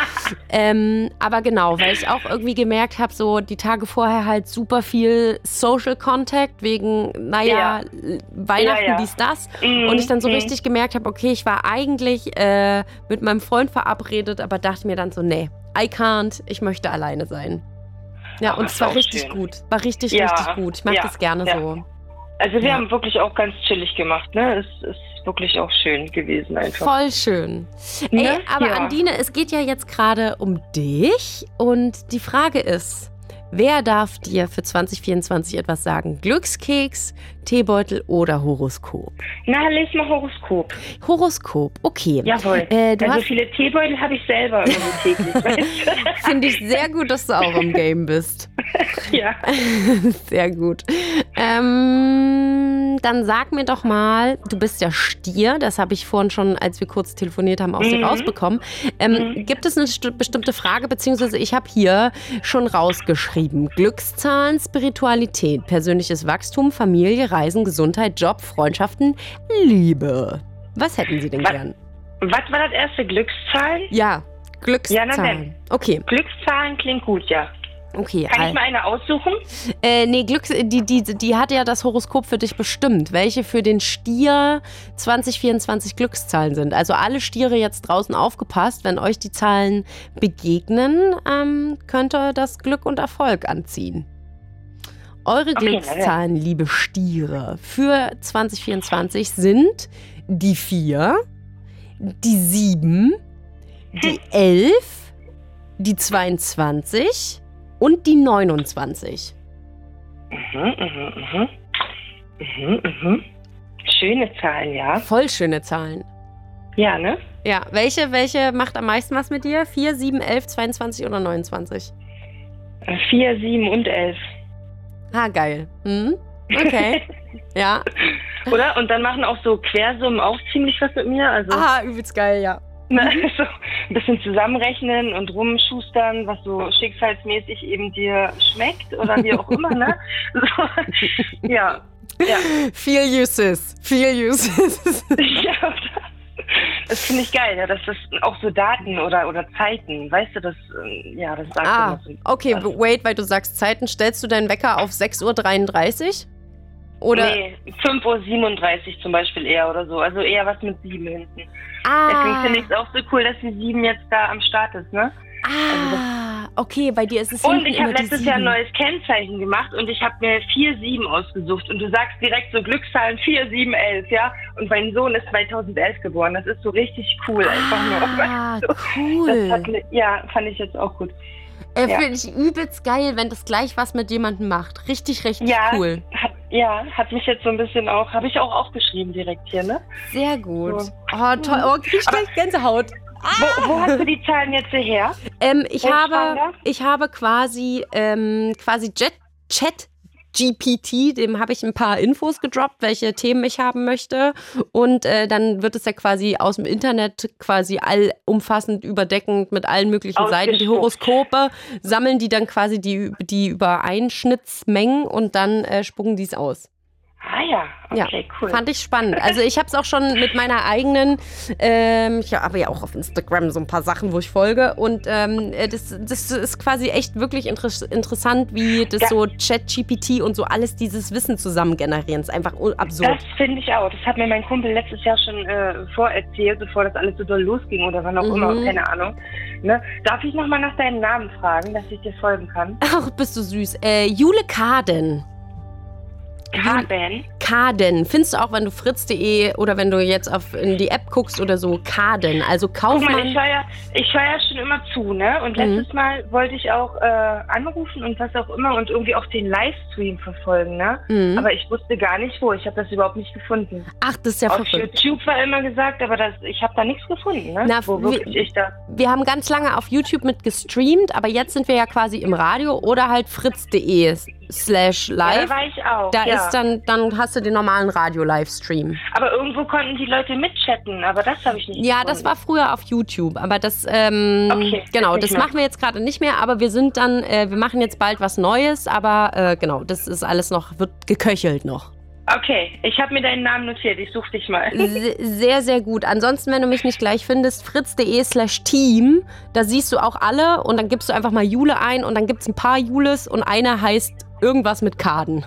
Aber genau, weil ich auch irgendwie gemerkt habe, so die Tage vorher halt super viel Social Contact wegen, Weihnachten, dies, das. Und ich dann so richtig gemerkt habe, okay, ich war eigentlich mit meinem Freund verabredet, aber dachte mir dann so, nee, I can't, ich möchte alleine sein. Ja, Ach, und das es ist war auch richtig schön. gut. War richtig gut. Ich mag Ja, das gerne ja. so. Also wir Ja. haben wirklich auch ganz chillig gemacht, ne? Es ist wirklich auch schön gewesen einfach. Voll schön. Ey, Ne? aber Ja. Andine, es geht ja jetzt gerade um dich und die Frage ist, wer darf dir für 2024 etwas sagen? Glückskeks, Teebeutel oder Horoskop? Na, les mal Horoskop. Horoskop, okay. Jawohl. Du Also hast, viele Teebeutel habe ich selber irgendwie täglich, weißt du? finde ich sehr gut, dass du auch im Game bist. Ja. Sehr gut. Dann sag mir doch mal, du bist ja Stier, das habe ich vorhin schon, als wir kurz telefoniert haben, aus dir rausbekommen. Gibt es eine bestimmte Frage, beziehungsweise ich habe hier schon rausgeschrieben. Glückszahlen, Spiritualität, persönliches Wachstum, Familie, Reisen, Gesundheit, Job, Freundschaften, Liebe. Was hätten Sie denn gern? Was war das erste? Glückszahlen? Ja, Glückszahlen. Ja, na denn. Okay, Glückszahlen klingt gut, ja. okay. Kann ich mal eine aussuchen? Nee, die hat ja das Horoskop für dich bestimmt, welche für den Stier 2024 Glückszahlen sind. Also alle Stiere jetzt draußen aufgepasst, wenn euch die Zahlen begegnen, könnte das Glück und Erfolg anziehen. Eure Okay, Glückszahlen, liebe Stiere, für 2024 sind die 4, die 7, die 11, die 22 und die 29. Schöne Zahlen, ja. Voll schöne Zahlen. Ja, ne? Ja, welche macht am meisten was mit dir? 4, 7, 11, 22 oder 29? 4, 7 und 11. Ah, geil. Okay. Ja. Oder? Und dann machen auch so Quersummen auch ziemlich was mit mir. Also Übelst geil, ja. ne, so ein bisschen zusammenrechnen und rumschustern, was so schicksalsmäßig eben dir schmeckt oder wie auch immer, ne? So, ja. Viel Uses. Ja, das finde ich geil, ja, dass das auch so Daten oder Zeiten, weißt du, das sagt immer so. Okay, also, wait, weil du sagst Zeiten, stellst du deinen Wecker auf 6:33 Uhr? Oder? Nee, 5:37 Uhr zum Beispiel eher oder so, also eher was mit 7 hinten. Deswegen finde ich es auch so cool, dass die 7 jetzt da am Start ist, ne? Okay, bei dir ist es Und hinten ich habe immer die letztes Jahr ein 7. neues Kennzeichen gemacht und ich habe mir 4, 7 ausgesucht und du sagst direkt so Glückszahlen 4, 7, 11, ja? Und mein Sohn ist 2011 geboren, das ist so richtig cool einfach nur. Cool. Das fand ich jetzt auch gut. Finde ich übelst geil, wenn das gleich was mit jemandem macht. Richtig cool. Hat mich jetzt so ein bisschen auch, habe ich auch aufgeschrieben direkt hier, ne? Sehr gut. So. Oh, toll. Oh, krieg ich gleich Gänsehaut. Wo hast du die Zahlen jetzt her? Ich habe quasi ChatGPT, dem habe ich ein paar Infos gedroppt, welche Themen ich haben möchte. Und dann wird es ja quasi aus dem Internet quasi allumfassend, überdeckend mit allen möglichen Seiten. Die Horoskope sammeln die dann quasi die Übereinschnittsmengen und dann spucken die es aus. Ah ja, okay, cool. Fand ich spannend. Also ich habe es auch schon mit meiner eigenen, ich habe ja auch auf Instagram so ein paar Sachen, wo ich folge und das ist quasi echt wirklich interessant, wie das so ChatGPT und so alles dieses Wissen zusammen generieren. Das ist einfach absurd. Das finde ich auch. Das hat mir mein Kumpel letztes Jahr schon vorerzählt, bevor das alles so doll losging oder wann auch immer, keine Ahnung. Ne? Darf ich nochmal nach deinem Namen fragen, dass ich dir folgen kann? Ach, bist du süß. Jule Kaden. Kaden. Findest du auch, wenn du fritz.de oder wenn du jetzt in die App guckst oder so, Kaden, also Kaufmann. Guck mal, ich höre ja schon immer zu, ne? Und letztes Mal wollte ich auch anrufen und was auch immer und irgendwie auch den Livestream verfolgen, ne? Aber ich wusste gar nicht wo. Ich habe das überhaupt nicht gefunden. Ach, das ist ja verrückt. Auf YouTube war immer gesagt, aber ich habe da nichts gefunden, ne? Wir haben ganz lange auf YouTube mit gestreamt, aber jetzt sind wir ja quasi im Radio oder halt fritz.de/live. Ja, da war ich auch. Da ist dann hast du den normalen Radio-Livestream. Aber irgendwo konnten die Leute mitchatten, aber das habe ich nicht gefunden. Das war früher auf YouTube, aber das, genau, das machen wir jetzt gerade nicht mehr, aber wir sind dann, wir machen jetzt bald was Neues, aber genau, das ist alles noch, wird geköchelt noch. Okay, ich habe mir deinen Namen notiert, ich suche dich mal. Sehr, sehr gut. Ansonsten, wenn du mich nicht gleich findest, fritz.de/team, da siehst du auch alle und dann gibst du einfach mal Jule ein und dann gibt es ein paar Jules und einer heißt irgendwas mit Kaden.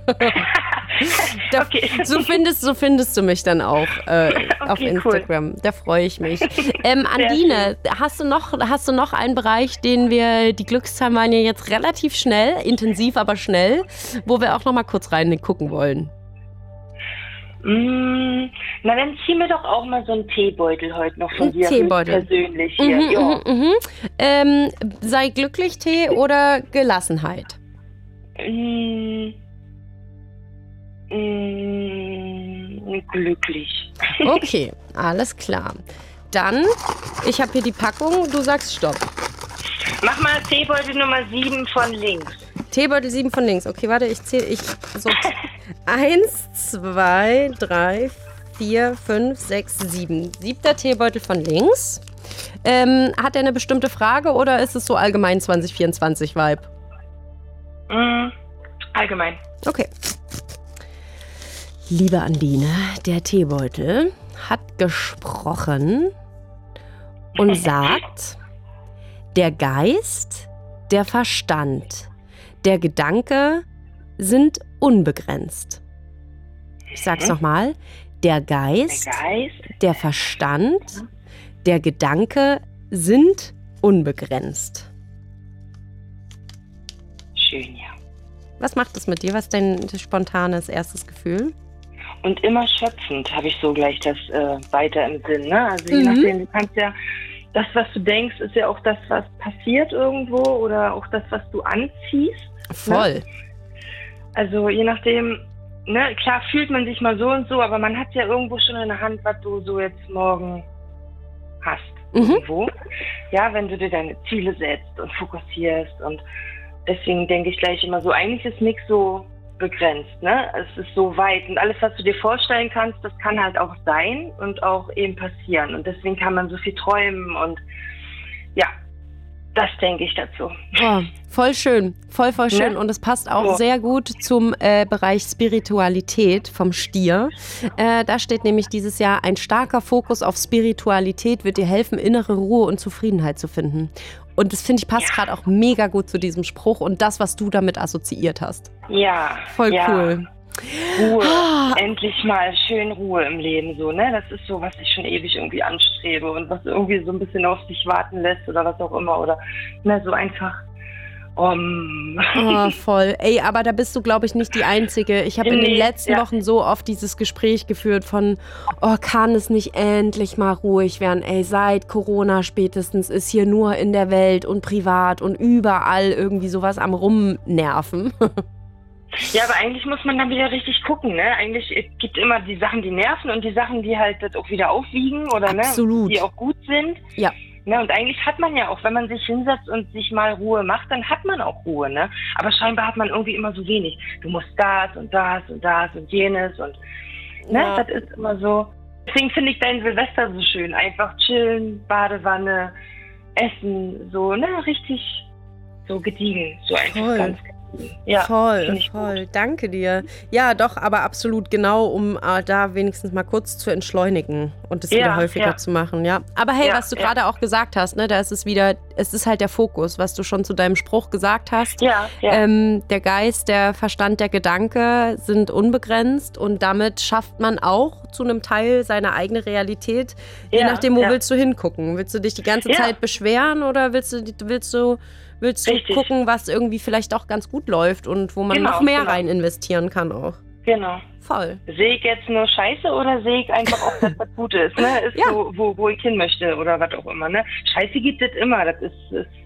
Okay. So findest du mich dann auch auf Instagram. Cool. Da freue ich mich. Andine, hast du noch einen Bereich, die Glückszahlen waren ja jetzt relativ schnell, intensiv, aber schnell, wo wir auch noch mal kurz rein gucken wollen? Na, dann zieh mir doch auch mal so einen Teebeutel heute noch von dir. Teebeutel. Persönlich hier. Sei glücklich, Tee oder Gelassenheit? Glücklich. Okay, alles klar. Dann, ich habe hier die Packung, du sagst Stopp. Mach mal Teebeutel Nummer 7 von links. Teebeutel 7 von links. Okay, warte, ich zähle. 1, 2, 3, 4, 5, 6, 7. 7. Teebeutel von links. Hat er eine bestimmte Frage oder ist es so allgemein 2024-Vibe? Allgemein. Okay. Liebe Andine, der Teebeutel hat gesprochen und sagt, der Geist, der Verstand, der Gedanke sind unbegrenzt. Ich sag's nochmal. Der Geist, der Verstand, der Gedanke sind unbegrenzt. Schön, ja. Was macht das mit dir? Was ist dein spontanes erstes Gefühl? Und immer schöpfend habe ich so gleich das weiter im Sinn. Ne? Also je nachdem, du kannst ja, das, was du denkst, ist ja auch das, was passiert irgendwo oder auch das, was du anziehst. Voll. Ne? Also je nachdem, ne, klar fühlt man sich mal so und so, aber man hat ja irgendwo schon in der Hand, was du so jetzt morgen hast. Irgendwo. Ja, wenn du dir deine Ziele setzt und fokussierst und deswegen denke ich gleich immer so, eigentlich ist nichts so begrenzt, ne? Es ist so weit und alles, was du dir vorstellen kannst, das kann halt auch sein und auch eben passieren und deswegen kann man so viel träumen und ja, das denke ich dazu. Oh, voll schön, voll schön ne? Und es passt auch sehr gut zum Bereich Spiritualität vom Stier. Da steht nämlich dieses Jahr, ein starker Fokus auf Spiritualität wird dir helfen, innere Ruhe und Zufriedenheit zu finden. Und das finde ich passt gerade auch mega gut zu diesem Spruch und das, was du damit assoziiert hast. Ja. Voll cool. Ruhe. Endlich mal schön Ruhe im Leben, so, ne? Das ist so, was ich schon ewig irgendwie anstrebe und was irgendwie so ein bisschen auf sich warten lässt oder was auch immer. Oder ne, so einfach. Voll. Ey, aber da bist du, glaube ich, nicht die Einzige. Ich habe in den letzten Wochen so oft dieses Gespräch geführt von, kann es nicht endlich mal ruhig werden? Ey, seit Corona spätestens ist hier nur in der Welt und privat und überall irgendwie sowas am Rumnerven. Ja, aber eigentlich muss man dann wieder richtig gucken, ne? Eigentlich gibt es immer die Sachen, die nerven und die Sachen, die halt das auch wieder aufwiegen oder Absolut. Ne? Die auch gut sind. Ja. Ne? Und eigentlich hat man ja auch, wenn man sich hinsetzt und sich mal Ruhe macht, dann hat man auch Ruhe. Ne? Aber scheinbar hat man irgendwie immer so wenig. Du musst das und das und das und jenes und ne? Ja. Das ist immer so. Deswegen finde ich dein Silvester so schön. Einfach chillen, Badewanne, essen, so, ne, richtig so gediegen. So einfach Voll. ganz ja, Voll, finde ich voll. gut. Danke dir. Ja, doch, aber absolut genau, um da wenigstens mal kurz zu entschleunigen und es Ja, wieder häufiger ja. zu machen, ja. Aber hey, Ja, was du ja. gerade auch gesagt hast, ne, da ist es wieder, es ist halt der Fokus, was du schon zu deinem Spruch gesagt hast. Ja, ja. Der Geist, der Verstand, der Gedanke sind unbegrenzt und damit schafft man auch zu einem Teil seine eigene Realität. Je Ja, nachdem, wo ja. willst du hingucken? Willst du dich die ganze Ja. Zeit beschweren oder willst du Richtig. gucken, was irgendwie vielleicht auch ganz gut läuft und wo man Genau, noch mehr genau. rein investieren kann auch? Genau. Voll. Sehe ich jetzt nur Scheiße oder sehe ich einfach auch das, was gut ist? Ne? Ist Ja. so, wo ich hin möchte oder was auch immer. Ne? Scheiße gibt es immer. Das ist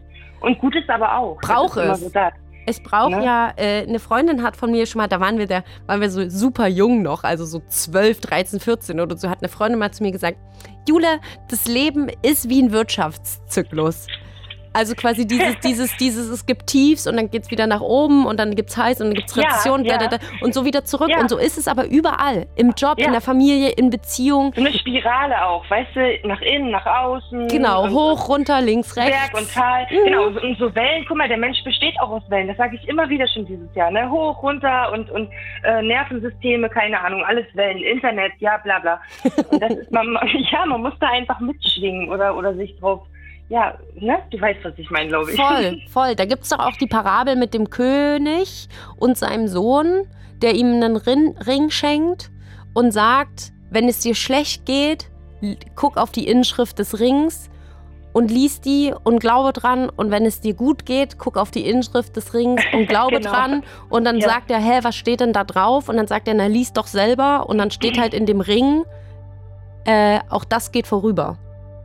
und Gutes aber auch. Braucht das ist immer es. so das. Es braucht Ne? ja, eine Freundin hat von mir schon mal, da waren wir so super jung noch, also so 12, 13, 14 oder so, hat eine Freundin mal zu mir gesagt, Jule, das Leben ist wie ein Wirtschaftszyklus. Also quasi dieses, es gibt Tiefs und dann geht es wieder nach oben und dann gibt es Heiß und dann gibt es Ja, Rezession ja. und so wieder zurück. Ja. Und so ist es aber überall. Im Job, Ja. in der Familie, in Beziehung. So eine Spirale auch, weißt du, nach innen, nach außen. Genau, und hoch, runter, links, rechts. Berg und Tal. Genau, und so Wellen. Guck mal, der Mensch besteht auch aus Wellen. Das sage ich immer wieder schon dieses Jahr. Ne? Hoch, runter und Nervensysteme, keine Ahnung, alles Wellen, Internet, ja, bla bla. Und das ist, man muss da einfach mitschwingen oder sich drauf. Ja, ne? Du weißt, was ich meine, glaube ich. Voll. Da gibt es doch auch die Parabel mit dem König und seinem Sohn, der ihm einen Ring schenkt und sagt, wenn es dir schlecht geht, guck auf die Inschrift des Rings und lies die und glaube dran. Und wenn es dir gut geht, guck auf die Inschrift des Rings und glaube Genau. dran. Und dann Ja. sagt er, was steht denn da drauf? Und dann sagt er, na, lies doch selber. Und dann steht halt in dem Ring, auch das geht vorüber.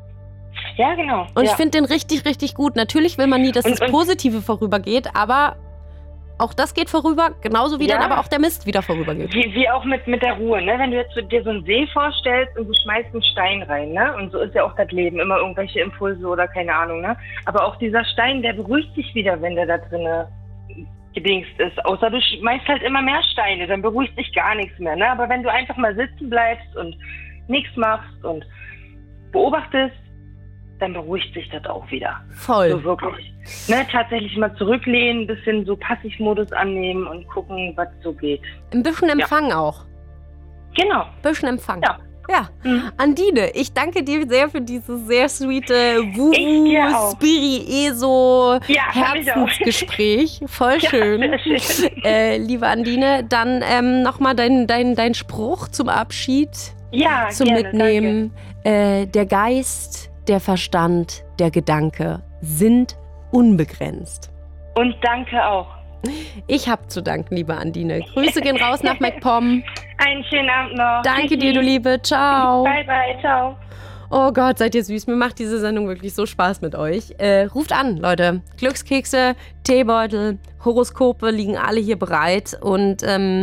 Ja, genau. Und ja. ich finde den richtig, richtig gut. Natürlich will man nie, dass Und- das Positive vorübergeht, aber auch das geht vorüber, genauso wie Ja. dann aber auch der Mist wieder vorübergeht. Wie auch mit der Ruhe, ne? Wenn du jetzt dir so einen See vorstellst und du schmeißt einen Stein rein, ne? Und so ist ja auch das Leben, immer irgendwelche Impulse oder keine Ahnung, ne? Aber auch dieser Stein, der beruhigt sich wieder, wenn der da drinne gedingst ist. Außer du schmeißt halt immer mehr Steine, dann beruhigt sich gar nichts mehr, ne? Aber wenn du einfach mal sitzen bleibst und nichts machst und beobachtest, dann beruhigt sich das auch wieder. Voll. So wirklich. Ne, tatsächlich mal zurücklehnen, ein bisschen so Passivmodus annehmen und gucken, was so geht. Ein bisschen Empfang auch. Genau. Ein bisschen Empfang. Ja. Ja. Mhm. Andine, ich danke dir sehr für dieses sehr sweete Ich dir auch. Spiri-Eso Ja, fand ich auch. Herzensgespräch. Voll schön. Ja, sehr schön. Liebe Andine, dann nochmal dein Spruch zum Abschied Ja, zum gerne, Mitnehmen. Der Geist, der Verstand, der Gedanke sind unbegrenzt. Danke. Und danke auch. Ich hab zu danken, liebe Andine. Grüße gehen raus nach MacPom. Einen schönen Abend noch. Danke dir, du Liebe. Ciao. Bye, bye. Ciao. Oh Gott, seid ihr süß. Mir macht diese Sendung wirklich so Spaß mit euch. Ruft an, Leute. Glückskekse, Teebeutel, Horoskope liegen alle hier bereit. Und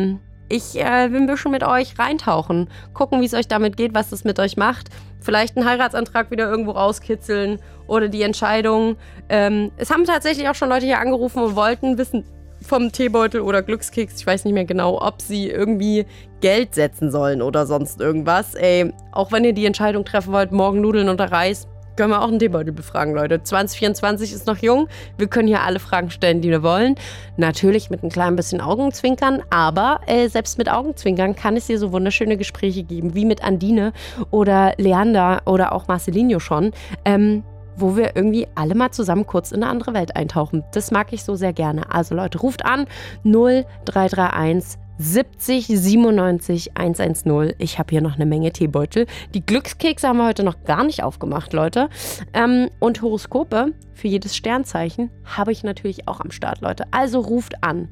ich will ein bisschen mit euch reintauchen. Gucken, wie es euch damit geht, was es mit euch macht. Vielleicht einen Heiratsantrag wieder irgendwo rauskitzeln oder die Entscheidung. Es haben tatsächlich auch schon Leute hier angerufen und wollten wissen vom Teebeutel oder Glückskeks, ich weiß nicht mehr genau, ob sie irgendwie Geld setzen sollen oder sonst irgendwas. Ey, auch wenn ihr die Entscheidung treffen wollt, morgen Nudeln oder Reis, können wir auch einen Teebeutel befragen, Leute. 2024 ist noch jung. Wir können hier alle Fragen stellen, die wir wollen. Natürlich mit ein klein bisschen Augenzwinkern, aber selbst mit Augenzwinkern kann es hier so wunderschöne Gespräche geben, wie mit Andine oder Leander oder auch Marcelinho schon, wo wir irgendwie alle mal zusammen kurz in eine andere Welt eintauchen. Das mag ich so sehr gerne. Also Leute, ruft an 0331 70 97 110. Ich habe hier noch eine Menge Teebeutel. Die Glückskekse haben wir heute noch gar nicht aufgemacht, Leute. Und Horoskope für jedes Sternzeichen habe ich natürlich auch am Start, Leute. Also ruft an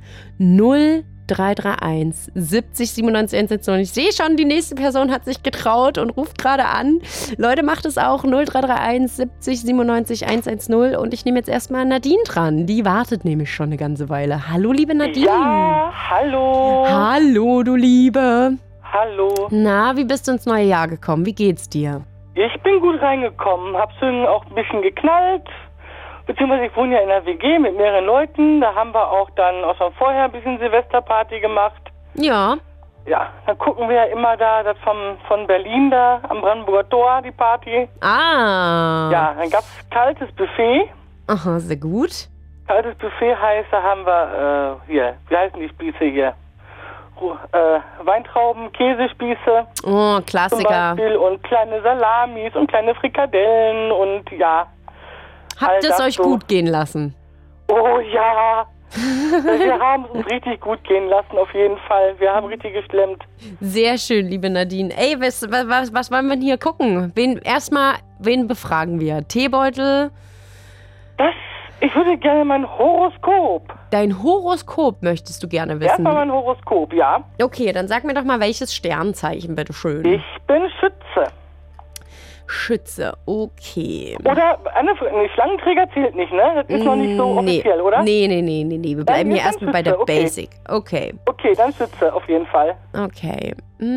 0331 70 97 110. Ich sehe schon, die nächste Person hat sich getraut und ruft gerade an. Leute, macht es auch 0331 70 97 110. Und ich nehme jetzt erstmal Nadine dran. Die wartet nämlich schon eine ganze Weile. Hallo, liebe Nadine. Ja, hallo. Hallo, du Liebe. Hallo. Na, wie bist du ins neue Jahr gekommen? Wie geht's dir? Ich bin gut reingekommen, hab's dann auch ein bisschen geknallt. Beziehungsweise ich wohne ja in einer WG mit mehreren Leuten. Da haben wir auch dann auch schon vorher ein bisschen Silvesterparty gemacht. Ja. Ja, dann gucken wir ja immer da das von Berlin da am Brandenburger Tor, die Party. Ah. Ja, dann gab's kaltes Buffet. Aha, sehr gut. Kaltes Buffet heißt, da haben wir, hier, wie heißen die Spieße hier? Weintrauben, Käsespieße. Oh, Klassiker. Zum Beispiel und kleine Salamis und kleine Frikadellen und ja. Habt ihr es euch gut gehen lassen? Oh ja. Wir haben es uns richtig gut gehen lassen, auf jeden Fall. Wir haben richtig geklemmt. Sehr schön, liebe Nadine. Ey, was wollen wir denn hier gucken? Wen befragen wir? Teebeutel? Ich würde gerne mein Horoskop. Dein Horoskop möchtest du gerne wissen? Erstmal mein Horoskop, ja. Okay, dann sag mir doch mal, welches Sternzeichen, bitteschön. Ich bin Schütze. Schütze, okay. Oder, Schlangenträger zählt nicht, ne? Das ist noch nicht so offiziell, oder? Nee. Wir bleiben hier erstmal bei der okay. Basic. Okay. Okay, dann Schütze, auf jeden Fall. Okay.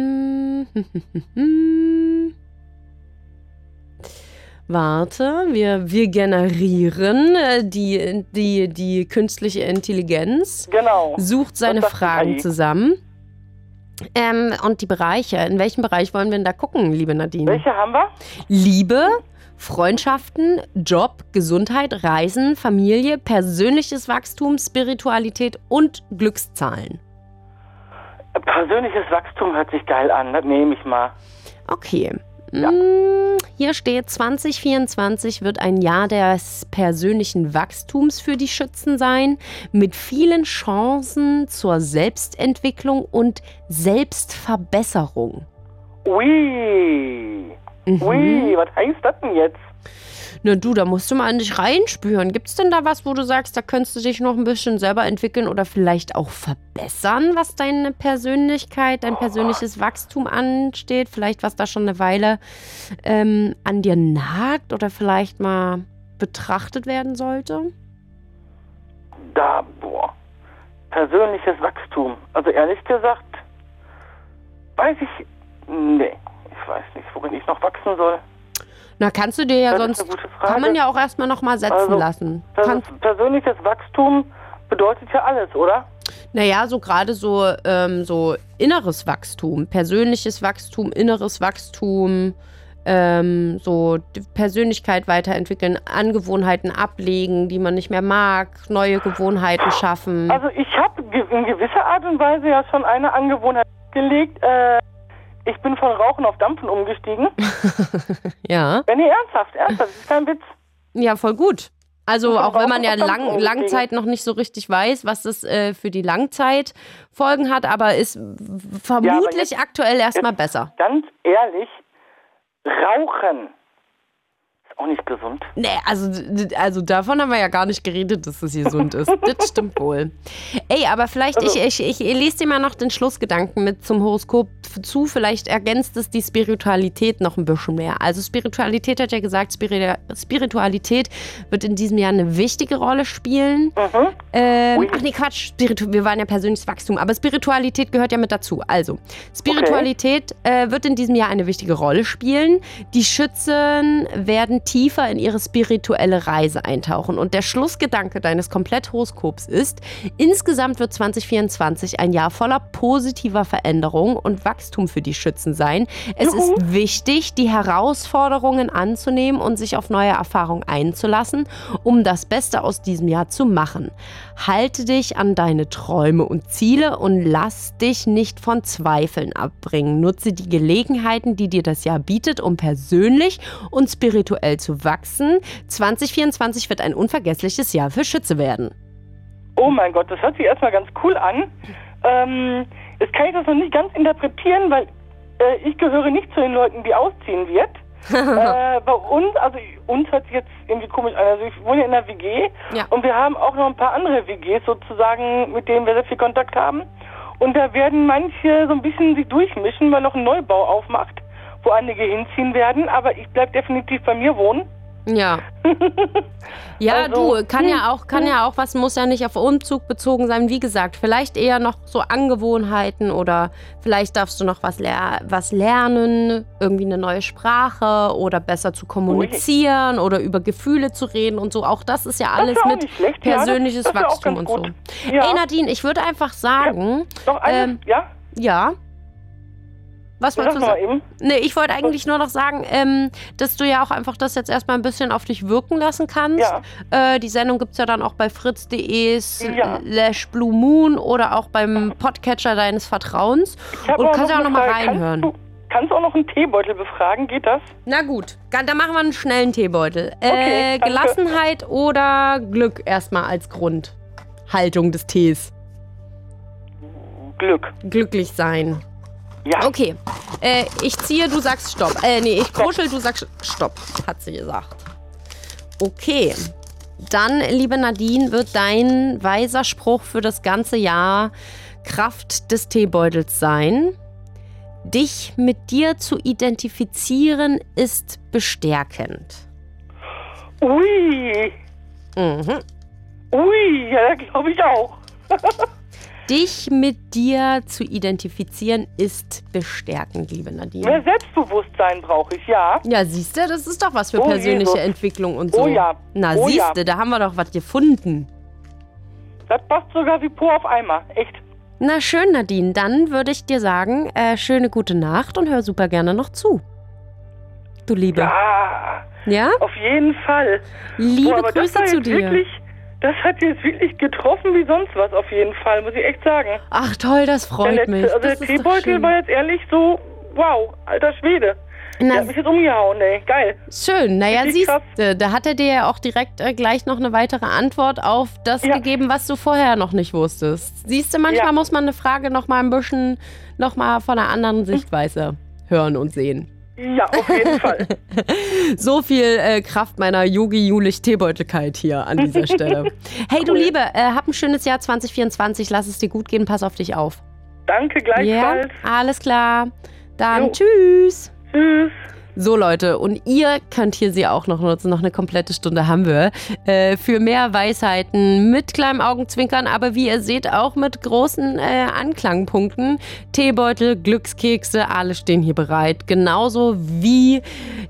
Warte, wir generieren die künstliche Intelligenz. Genau. Sucht seine Fragen zusammen. Und die Bereiche, in welchem Bereich wollen wir denn da gucken, liebe Nadine? Welche haben wir? Liebe, Freundschaften, Job, Gesundheit, Reisen, Familie, persönliches Wachstum, Spiritualität und Glückszahlen. Persönliches Wachstum hört sich geil an, das nehme ich mal. Okay. Ja. Hier steht, 2024 wird ein Jahr des persönlichen Wachstums für die Schützen sein, mit vielen Chancen zur Selbstentwicklung und Selbstverbesserung. Ui, was heißt das denn jetzt? Na du, da musst du mal an dich reinspüren. Gibt's denn da was, wo du sagst, da könntest du dich noch ein bisschen selber entwickeln oder vielleicht auch verbessern, was deine Persönlichkeit, dein persönliches Wachstum ansteht? Vielleicht, was da schon eine Weile an dir nagt oder vielleicht mal betrachtet werden sollte? Persönliches Wachstum. Also ehrlich gesagt, weiß ich nicht, worin ich noch wachsen soll. Na, kannst du dir ja das sonst, ist eine gute Frage. kann man ja auch erstmal nochmal setzen lassen. Persönliches Wachstum bedeutet ja alles, oder? Naja, so gerade so inneres Wachstum, persönliches Wachstum, inneres Wachstum, so die Persönlichkeit weiterentwickeln, Angewohnheiten ablegen, die man nicht mehr mag, neue Gewohnheiten schaffen. Also ich habe in gewisser Art und Weise ja schon eine Angewohnheit gelegt. Ich bin von Rauchen auf Dampfen umgestiegen. Ja. Wenn ihr ernsthaft, das ist kein Witz. Ja, voll gut. Also auch wenn man ja Langzeit noch nicht so richtig weiß, was das für die Langzeitfolgen hat, aber ist vermutlich aktuell erstmal besser. Ganz ehrlich, Rauchen ist auch nicht gesund. Nee, also davon haben wir ja gar nicht geredet, dass das gesund ist. Das stimmt wohl. Ey, aber vielleicht, ich lese dir mal noch den Schlussgedanken mit zum Horoskop zu. Vielleicht ergänzt es die Spiritualität noch ein bisschen mehr. Also Spiritualität hat ja gesagt, Spiritualität wird in diesem Jahr eine wichtige Rolle spielen. Ach nee, Quatsch, wir waren ja persönliches Wachstum, aber Spiritualität gehört ja mit dazu. Also, Spiritualität wird in diesem Jahr eine wichtige Rolle spielen. Die Schützen werden tiefer in ihre spirituelle Reise eintauchen. Und der Schlussgedanke deines Kompletthoroskops ist, insgesamt wird 2024 ein Jahr voller positiver Veränderung und Wachstum für die Schützen sein. Es ist wichtig, die Herausforderungen anzunehmen und sich auf neue Erfahrungen einzulassen, um das Beste aus diesem Jahr zu machen. Halte dich an deine Träume und Ziele und lass dich nicht von Zweifeln abbringen. Nutze die Gelegenheiten, die dir das Jahr bietet, um persönlich und spirituell zu wachsen. 2024 wird ein unvergessliches Jahr für Schütze werden. Oh mein Gott, das hört sich erstmal ganz cool an. Jetzt kann ich das noch nicht ganz interpretieren, weil ich gehöre nicht zu den Leuten, die ausziehen wird. Bei uns hört sich jetzt irgendwie komisch an. Also ich wohne ja in einer WG und wir haben auch noch ein paar andere WGs sozusagen, mit denen wir sehr viel Kontakt haben. Und da werden manche so ein bisschen sich durchmischen, weil noch ein Neubau aufmacht, wo einige hinziehen werden. Aber ich bleibe definitiv bei mir wohnen. Ja. Ja, Also, du, kann ja auch, was muss ja nicht auf Umzug bezogen sein. Wie gesagt, vielleicht eher noch so Angewohnheiten oder vielleicht darfst du noch was lernen, irgendwie eine neue Sprache oder besser zu kommunizieren oder über Gefühle zu reden und so. Auch das ist ja alles auch mit nicht schlecht, persönliches das wär auch Wachstum ganz und so. gut. Ja. Ey, Nadine, ich würde einfach sagen, Noch eine, ja. Was wolltest du Sag mal sagen? eben. Nee, ich wollte eigentlich nur noch sagen, dass du ja auch einfach das jetzt erstmal ein bisschen auf dich wirken lassen kannst. Ja. Die Sendung gibt es ja dann auch bei fritz.de/Blue Moon oder auch beim Podcatcher deines Vertrauens. Und kannst ja auch noch mal reinhören. Kannst du auch noch einen Teebeutel befragen? Geht das? Na gut, dann machen wir einen schnellen Teebeutel. Okay, danke. Gelassenheit oder Glück erstmal als Grundhaltung des Tees? Glück. Glücklich sein. Ja. Okay, ich ziehe, du sagst Stopp. Ich kuschel, du sagst Stopp, hat sie gesagt. Okay, dann, liebe Nadine, wird dein weiser Spruch für das ganze Jahr Kraft des Teebeutels sein. Dich mit dir zu identifizieren ist bestärkend. Ui. Mhm. Ui, ja, glaube ich auch. Dich mit dir zu identifizieren ist bestärkend, liebe Nadine. Mehr Selbstbewusstsein brauche ich, ja. Ja, siehst du, das ist doch was für persönliche Jesus. Entwicklung und so. Oh ja. Na, Oh siehst du, ja. da haben wir doch was gefunden. Das passt sogar wie Po auf Eimer, echt. Na schön, Nadine, dann würde ich dir sagen, schöne gute Nacht und hör super gerne noch zu. Du Liebe. Ja, Ja? auf jeden Fall. Liebe aber das Grüße war zu jetzt dir. Wirklich, das hat jetzt wirklich getroffen wie sonst was, auf jeden Fall, muss ich echt sagen. Ach toll, das freut mich. Also Das der ist doch Teebeutel schön. war jetzt ehrlich so, wow, alter Schwede. Der Na, hat mich jetzt umgehauen, ey, geil. schön. Naja, Richtig siehst krass. du, da hat er dir ja auch direkt gleich noch eine weitere Antwort auf das gegeben, was du vorher noch nicht wusstest. Siehst du, manchmal muss man eine Frage noch mal ein bisschen, noch mal von einer anderen Sichtweise hören und sehen. Ja, auf jeden Fall. So viel Kraft meiner Yogi-Julich-Teebeutelkeit hier an dieser Stelle. Hey, du Liebe, hab ein schönes Jahr 2024. Lass es dir gut gehen. Pass auf dich auf. Danke, gleichfalls. Ja, alles klar. Dann Jo. tschüss. Tschüss. So Leute, und ihr könnt hier sie auch noch nutzen, noch eine komplette Stunde haben wir, für mehr Weisheiten mit kleinem Augenzwinkern, aber wie ihr seht auch mit großen Anklangpunkten. Teebeutel, Glückskekse, alle stehen hier bereit, genauso wie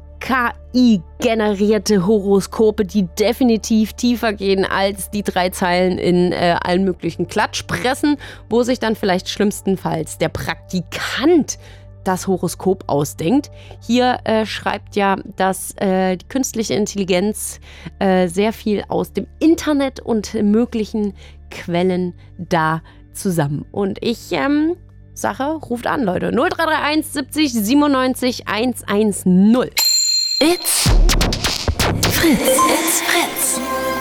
KI-generierte Horoskope, die definitiv tiefer gehen als die 3 Zeilen in allen möglichen Klatschpressen, wo sich dann vielleicht schlimmstenfalls der Praktikant das Horoskop ausdenkt. Hier schreibt ja, dass die künstliche Intelligenz sehr viel aus dem Internet und möglichen Quellen da zusammen. Und ich sage, ruft an, Leute. 0331 70 97 110. It's Fritz. It's Fritz.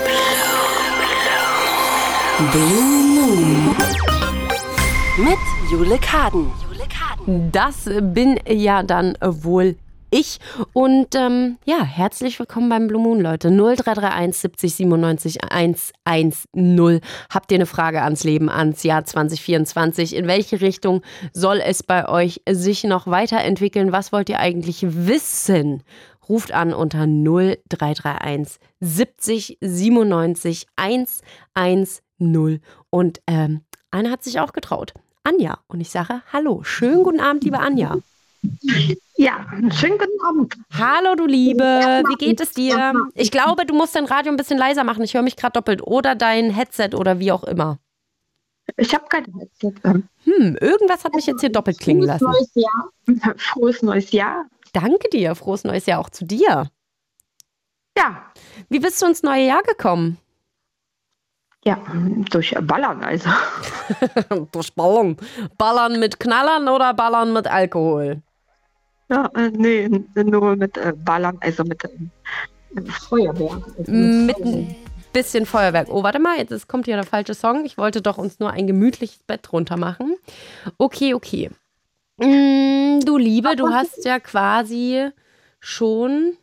Blue Moon. Mit Jule Kaden. Das bin ja dann wohl ich. Und ja, herzlich willkommen beim Blue Moon, Leute. 0331 70 97 110. Habt ihr eine Frage ans Leben, ans Jahr 2024? In welche Richtung soll es bei euch sich noch weiterentwickeln? Was wollt ihr eigentlich wissen? Ruft an unter 0331 70 97 110. Und einer hat sich auch getraut. Anja. Und ich sage, hallo, schönen guten Abend, liebe Anja. Ja, schönen guten Abend. Hallo, du Liebe, wie geht es dir? Ich glaube, du musst dein Radio ein bisschen leiser machen, ich höre mich gerade doppelt. Oder dein Headset oder wie auch immer. Ich habe kein Headset. Irgendwas hat mich jetzt hier doppelt klingen lassen. Frohes neues Jahr. Frohes neues Jahr. Danke dir, frohes neues Jahr auch zu dir. Ja. Wie bist du ins neue Jahr gekommen? Ja, durch Ballern also. Durch Ballern. Ballern mit Knallern oder Ballern mit Alkohol? Ja, nee, nur mit Ballern, also mit Feuerwerk. Also mit ein bisschen Feuerwerk. Oh, warte mal, jetzt kommt hier der falsche Song. Ich wollte doch uns nur ein gemütliches Bett runter machen. Okay. Du Liebe, du hast ja quasi schon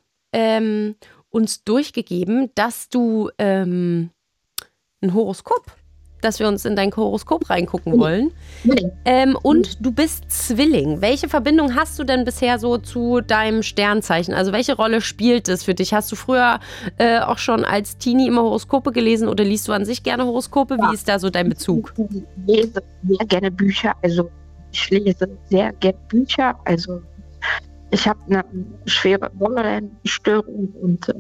uns durchgegeben, dass du ein Horoskop dass wir uns in dein Horoskop reingucken wollen. Und du bist Zwilling. Welche Verbindung hast du denn bisher so zu deinem Sternzeichen? Also welche Rolle spielt es für dich? Hast du früher auch schon als Teenie immer Horoskope gelesen oder liest du an sich gerne Horoskope? Wie ist da so dein Bezug? Ich lese sehr gerne Bücher. Also ich lese sehr gerne Bücher. Also ich habe eine schwere Borderline-Störung und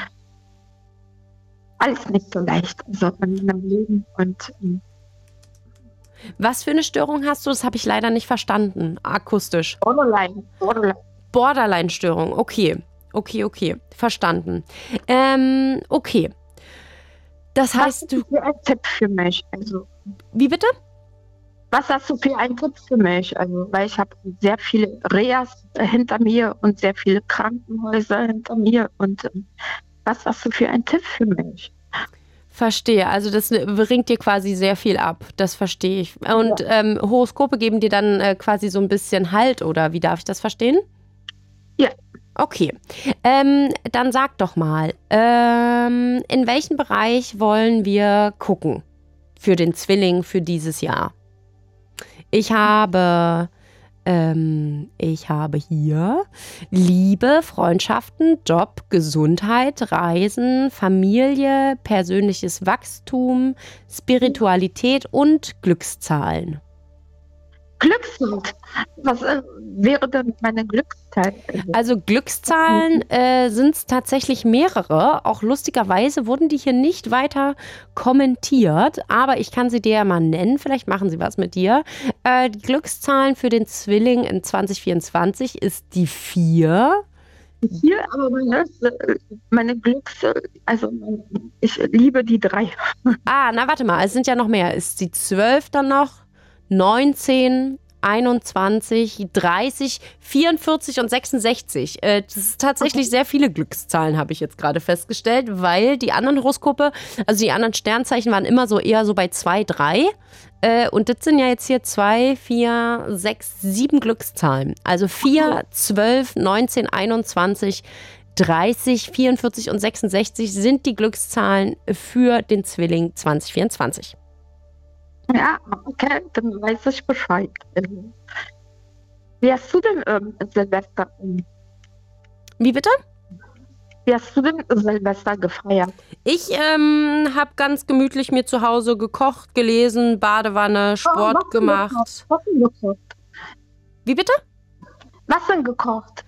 alles nicht so leicht also in meinem Leben. Und was für eine Störung hast du? Das habe ich leider nicht verstanden, akustisch. Borderline-Störung, okay. Verstanden. Okay. Das heißt, du... Was hast du für einen Tipp für mich? Also, wie bitte? Was hast du für einen Tipp für mich? Also, weil ich habe sehr viele Reas hinter mir und sehr viele Krankenhäuser hinter mir. Und was hast du für einen Tipp für mich? Verstehe, also das bringt dir quasi sehr viel ab, das verstehe ich. Und Horoskope geben dir dann quasi so ein bisschen Halt, oder wie darf ich das verstehen? Ja. Okay, dann sag doch mal, in welchem Bereich wollen wir gucken für den Zwilling für dieses Jahr? Ich habe hier Liebe, Freundschaften, Job, Gesundheit, Reisen, Familie, persönliches Wachstum, Spiritualität und Glückszahlen. Glückszahl. Was wäre denn meine Glückszahl? Also Glückszahlen sind es tatsächlich mehrere. Auch lustigerweise wurden die hier nicht weiter kommentiert, aber ich kann sie dir ja mal nennen. Vielleicht machen sie was mit dir. Die Glückszahlen für den Zwilling in 2024 ist die 4. Hier, aber meine ich liebe die 3. Na warte mal, es sind ja noch mehr. Ist die 12 dann noch? 19, 21, 30, 44 und 66. Das ist tatsächlich sehr viele Glückszahlen, habe ich jetzt gerade festgestellt, weil die anderen Horoskope, also die anderen Sternzeichen waren immer so eher so bei 2, 3. Und das sind ja jetzt hier 2, 4, 6, 7 Glückszahlen. Also 4, 12, 19, 21, 30, 44 und 66 sind die Glückszahlen für den Zwilling 2024. Ja, okay, dann weiß ich Bescheid. Wie hast du denn Silvester? Wie bitte? Wie hast du denn Silvester gefeiert? Ich habe ganz gemütlich mir zu Hause gekocht, gelesen, Badewanne, Sport gemacht. Was denn gekocht? Wie bitte? Was denn gekocht?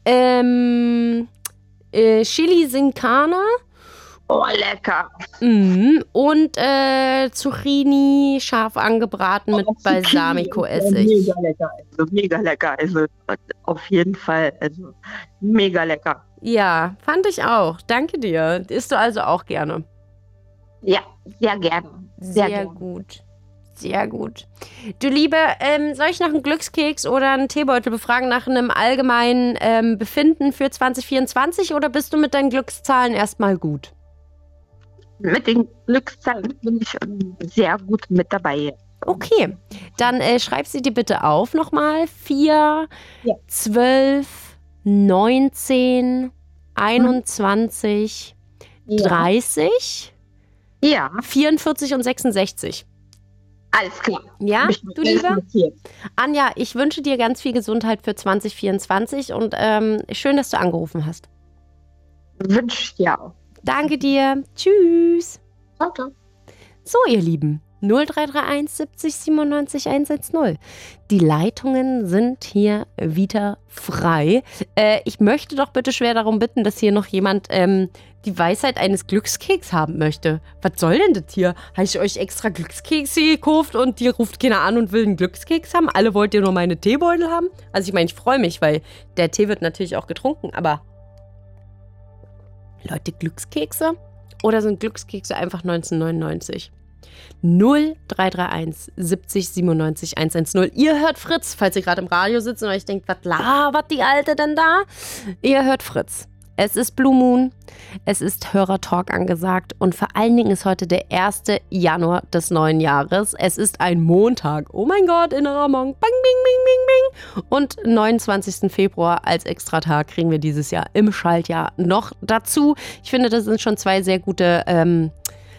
Chili sin Carne. Oh, lecker. Und Zucchini scharf angebraten mit Balsamico-Essig. Mega lecker. Also auf jeden Fall. Also mega lecker. Ja, fand ich auch. Danke dir. Isst du also auch gerne? Ja, sehr gerne. Sehr gut. Sehr gut. Du Liebe, soll ich noch einen Glückskeks oder einen Teebeutel befragen nach einem allgemeinen Befinden für 2024 oder bist du mit deinen Glückszahlen erstmal gut? Mit den Glückszahlen bin ich sehr gut mit dabei. Okay, dann schreib sie dir bitte auf nochmal. 4, 12, 19, 21, 30, 44 und 66. Alles klar. Ja, du Liebe? Anja, ich wünsche dir ganz viel Gesundheit für 2024 und schön, dass du angerufen hast. Wünsche ich dir auch. Danke dir. Tschüss. Ciao, ciao. So, ihr Lieben. 0331 70 97 110. Die Leitungen sind hier wieder frei. Ich möchte doch bitte schwer darum bitten, dass hier noch jemand die Weisheit eines Glückskeks haben möchte. Was soll denn das hier? Habe ich euch extra Glückskekse gekauft und ihr ruft keiner an und will einen Glückskeks haben? Alle wollt ihr nur meine Teebeutel haben? Also ich meine, ich freue mich, weil der Tee wird natürlich auch getrunken, aber Leute, Glückskekse? Oder sind Glückskekse einfach 1999? 0331 70 97 110. Ihr hört Fritz, falls ihr gerade im Radio sitzt und euch denkt, was labert die Alte denn da? Ihr hört Fritz. Es ist Blue Moon, es ist Hörertalk angesagt und vor allen Dingen ist heute der 1. Januar des neuen Jahres. Es ist ein Montag. Oh mein Gott, innerer Monk. Bang, bing, bing, bing, bing. Und 29. Februar als Extratag kriegen wir dieses Jahr im Schaltjahr noch dazu. Ich finde, das sind schon zwei sehr gute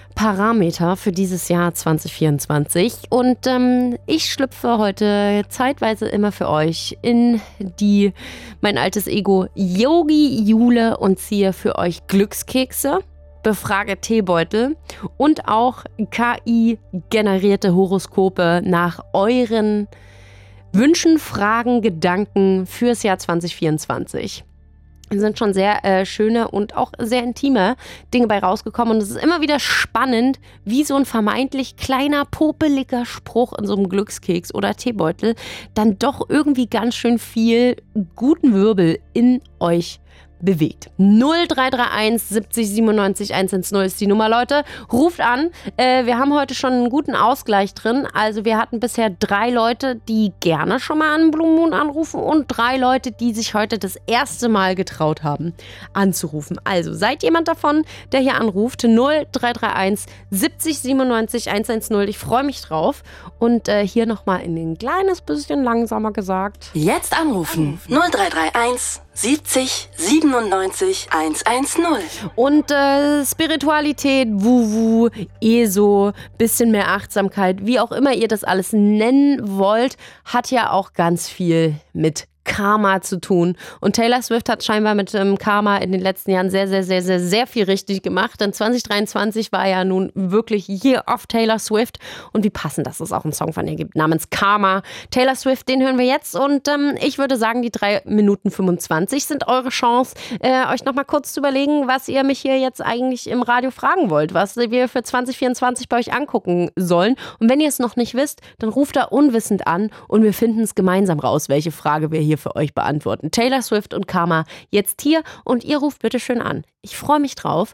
Parameter für dieses Jahr 2024. Und ich schlüpfe heute zeitweise immer für euch in mein altes Ego Yogi Jule und ziehe für euch Glückskekse, befrage Teebeutel und auch KI-generierte Horoskope nach euren Wünschen, Fragen, Gedanken fürs Jahr 2024. Es sind schon sehr schöne und auch sehr intime Dinge bei rausgekommen. Und es ist immer wieder spannend, wie so ein vermeintlich kleiner, popeliger Spruch in so einem Glückskeks oder Teebeutel dann doch irgendwie ganz schön viel guten Wirbel in euch bewegt. 0331 70 97 110 ist die Nummer, Leute. Ruft an. Wir haben heute schon einen guten Ausgleich drin. Also wir hatten bisher 3 Leute, die gerne schon mal an Blue Moon anrufen und 3 Leute, die sich heute das erste Mal getraut haben, anzurufen. Also seid jemand davon, der hier anruft. 0331 70 97 110. Ich freue mich drauf. Und hier nochmal in ein kleines bisschen langsamer gesagt. Jetzt anrufen. 0331 70 97 110. Und Spiritualität, Wu-Wu, ESO, bisschen mehr Achtsamkeit, wie auch immer ihr das alles nennen wollt, hat ja auch ganz viel mit Karma zu tun. Und Taylor Swift hat scheinbar mit Karma in den letzten Jahren sehr, sehr, sehr, sehr, sehr viel richtig gemacht. Denn 2023 war ja nun wirklich Year of Taylor Swift. Und wie passend, dass es auch einen Song von ihr gibt, namens Karma. Taylor Swift, den hören wir jetzt. Und ich würde sagen, die 3 Minuten 25 sind eure Chance, euch nochmal kurz zu überlegen, was ihr mich hier jetzt eigentlich im Radio fragen wollt, was wir für 2024 bei euch angucken sollen. Und wenn ihr es noch nicht wisst, dann ruft da unwissend an und wir finden es gemeinsam raus, welche Frage wir hier für euch beantworten. Taylor Swift und Karma jetzt hier und ihr ruft bitte schön an. Ich freue mich drauf.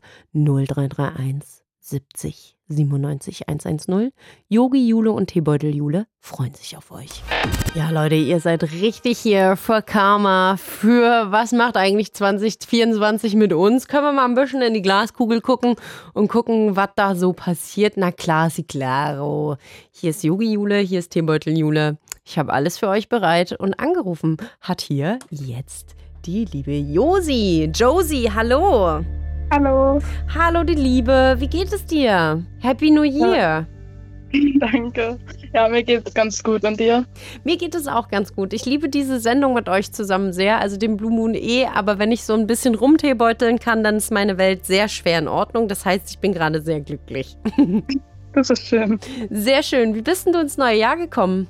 0331 70 97 110. Yogi Jule und Teebeutel Jule freuen sich auf euch. Ja, Leute, ihr seid richtig hier für Karma, für was macht eigentlich 2024 mit uns? Können wir mal ein bisschen in die Glaskugel gucken und gucken, was da so passiert? Na klar, si claro. Hier ist Yogi Jule, hier ist Teebeutel Jule. Ich habe alles für euch bereit und angerufen hat hier jetzt die liebe Josie. Josie, hallo. Hallo. Hallo, die Liebe. Wie geht es dir? Happy New Year. Danke. Ja, mir geht's ganz gut. Und dir? Mir geht es auch ganz gut. Ich liebe diese Sendung mit euch zusammen sehr, also den Blue Moon aber wenn ich so ein bisschen rumteebeuteln kann, dann ist meine Welt sehr schwer in Ordnung. Das heißt, ich bin gerade sehr glücklich. Das ist schön. Sehr schön. Wie bist denn du ins neue Jahr gekommen?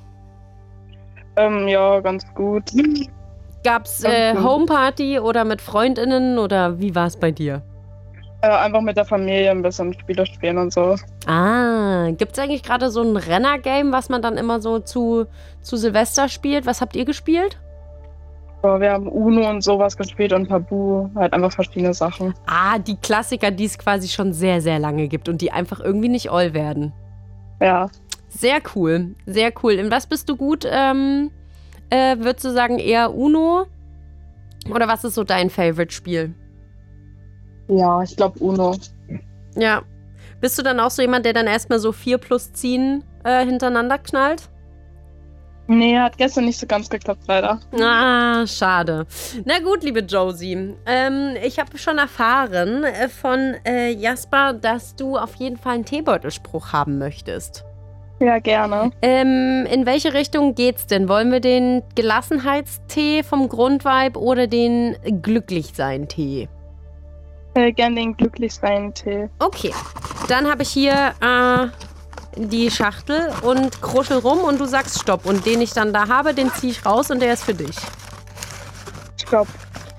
Ja, ganz gut. Gab's Homeparty oder mit FreundInnen oder wie war es bei dir? Einfach mit der Familie ein bisschen Spiele spielen und so. Ah, gibt's eigentlich gerade so ein Renner-Game, was man dann immer so zu Silvester spielt? Was habt ihr gespielt? Wir haben Uno und sowas gespielt und Tabu, halt einfach verschiedene Sachen. Ah, die Klassiker, die es quasi schon sehr, sehr lange gibt und die einfach irgendwie nicht all werden. Ja. Sehr cool, sehr cool. In was bist du gut? Würdest du sagen eher Uno? Oder was ist so dein Favorite-Spiel? Ja, ich glaube Uno. Ja. Bist du dann auch so jemand, der dann erstmal so 4 plus ziehen hintereinander knallt? Nee, hat gestern nicht so ganz geklappt, leider. Ah, schade. Na gut, liebe Josie. Ich habe schon erfahren von Jasper, dass du auf jeden Fall einen Teebeutelspruch haben möchtest. Ja, gerne. In welche Richtung geht's denn? Wollen wir den Gelassenheitstee vom Grundvibe oder den Glücklichsein-Tee? Gerne den Glücklichsein-Tee. Okay, dann habe ich hier die Schachtel und kruschel rum und du sagst Stopp. Und den ich dann da habe, den ziehe ich raus und der ist für dich. Stopp.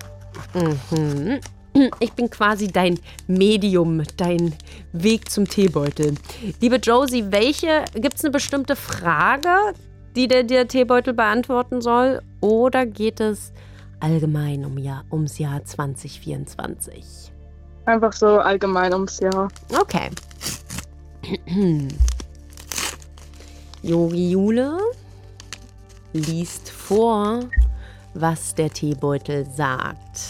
Mhm. Ich bin quasi dein Medium, dein Weg zum Teebeutel. Liebe Josie, gibt es eine bestimmte Frage, die der Teebeutel beantworten soll? Oder geht es allgemein ums Jahr 2024? Einfach so allgemein ums Jahr. Okay. Yogi Jule liest vor, was der Teebeutel sagt.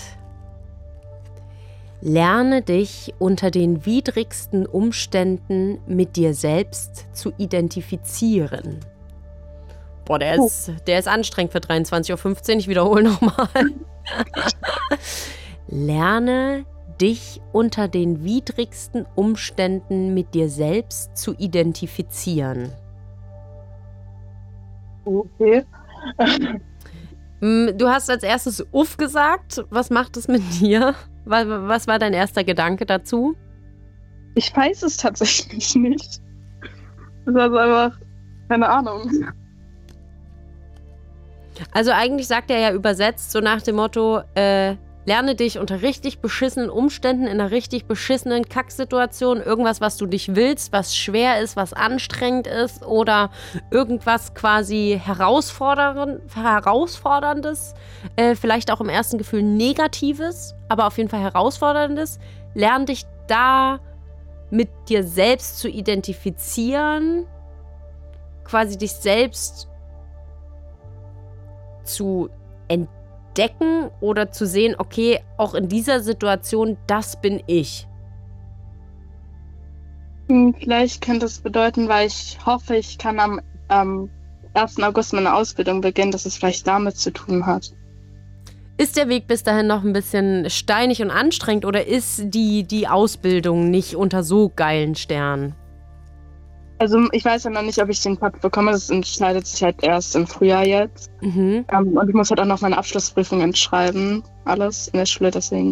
Lerne dich unter den widrigsten Umständen mit dir selbst zu identifizieren. Boah, der ist anstrengend für 23:15 Uhr. Ich wiederhole nochmal. Lerne dich unter den widrigsten Umständen mit dir selbst zu identifizieren? Okay. Du hast als erstes Uff gesagt. Was macht es mit dir? Was war dein erster Gedanke dazu? Ich weiß es tatsächlich nicht. Das ist also einfach, keine Ahnung. Also eigentlich sagt er ja übersetzt so nach dem Motto, lerne dich unter richtig beschissenen Umständen, in einer richtig beschissenen Kacksituation, irgendwas, was du nicht willst, was schwer ist, was anstrengend ist oder irgendwas quasi Herausforderndes, vielleicht auch im ersten Gefühl Negatives, aber auf jeden Fall Herausforderndes. Lerne dich da mit dir selbst zu identifizieren, quasi dich selbst zu entdecken oder zu sehen, okay, auch in dieser Situation, das bin ich. Vielleicht könnte es bedeuten, weil ich hoffe, ich kann am 1. August meine Ausbildung beginnen, dass es vielleicht damit zu tun hat. Ist der Weg bis dahin noch ein bisschen steinig und anstrengend oder ist die Ausbildung nicht unter so geilen Sternen? Also ich weiß ja noch nicht, ob ich den Platz bekomme. Das entscheidet sich halt erst im Frühjahr jetzt. Mhm. Und ich muss halt auch noch meine Abschlussprüfungen schreiben. Alles in der Schule, deswegen.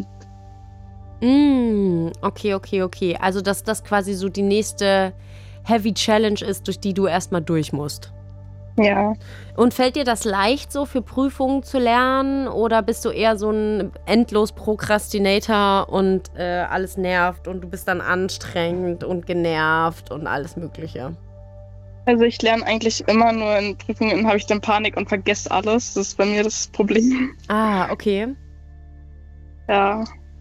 Okay. Also dass das quasi so die nächste Heavy Challenge ist, durch die du erstmal durch musst. Ja. Und fällt dir das leicht, so für Prüfungen zu lernen? Oder bist du eher so ein endlos Prokrastinator und alles nervt und du bist dann anstrengend und genervt und alles Mögliche? Also ich lerne eigentlich immer, nur in Prüfungen habe ich dann Panik und vergesse alles. Das ist bei mir das Problem. Ah, okay. Ja.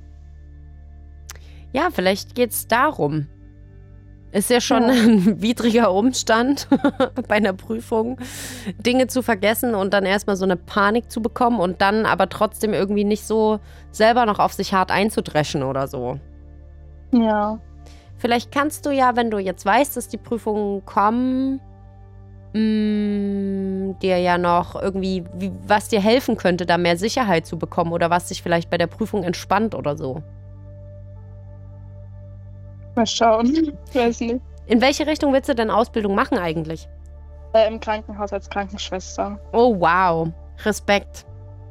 Ja, vielleicht geht's darum. Ist ja schon ein widriger Umstand bei einer Prüfung, Dinge zu vergessen und dann erstmal so eine Panik zu bekommen und dann aber trotzdem irgendwie nicht so selber noch auf sich hart einzudreschen oder so. Ja. Vielleicht kannst du ja, wenn du jetzt weißt, dass die Prüfungen kommen, dir ja noch irgendwie, was dir helfen könnte, da mehr Sicherheit zu bekommen oder was dich vielleicht bei der Prüfung entspannt oder so. Mal schauen. Ich weiß nicht. In welche Richtung willst du denn Ausbildung machen eigentlich? Im Krankenhaus als Krankenschwester. Oh, wow. Respekt.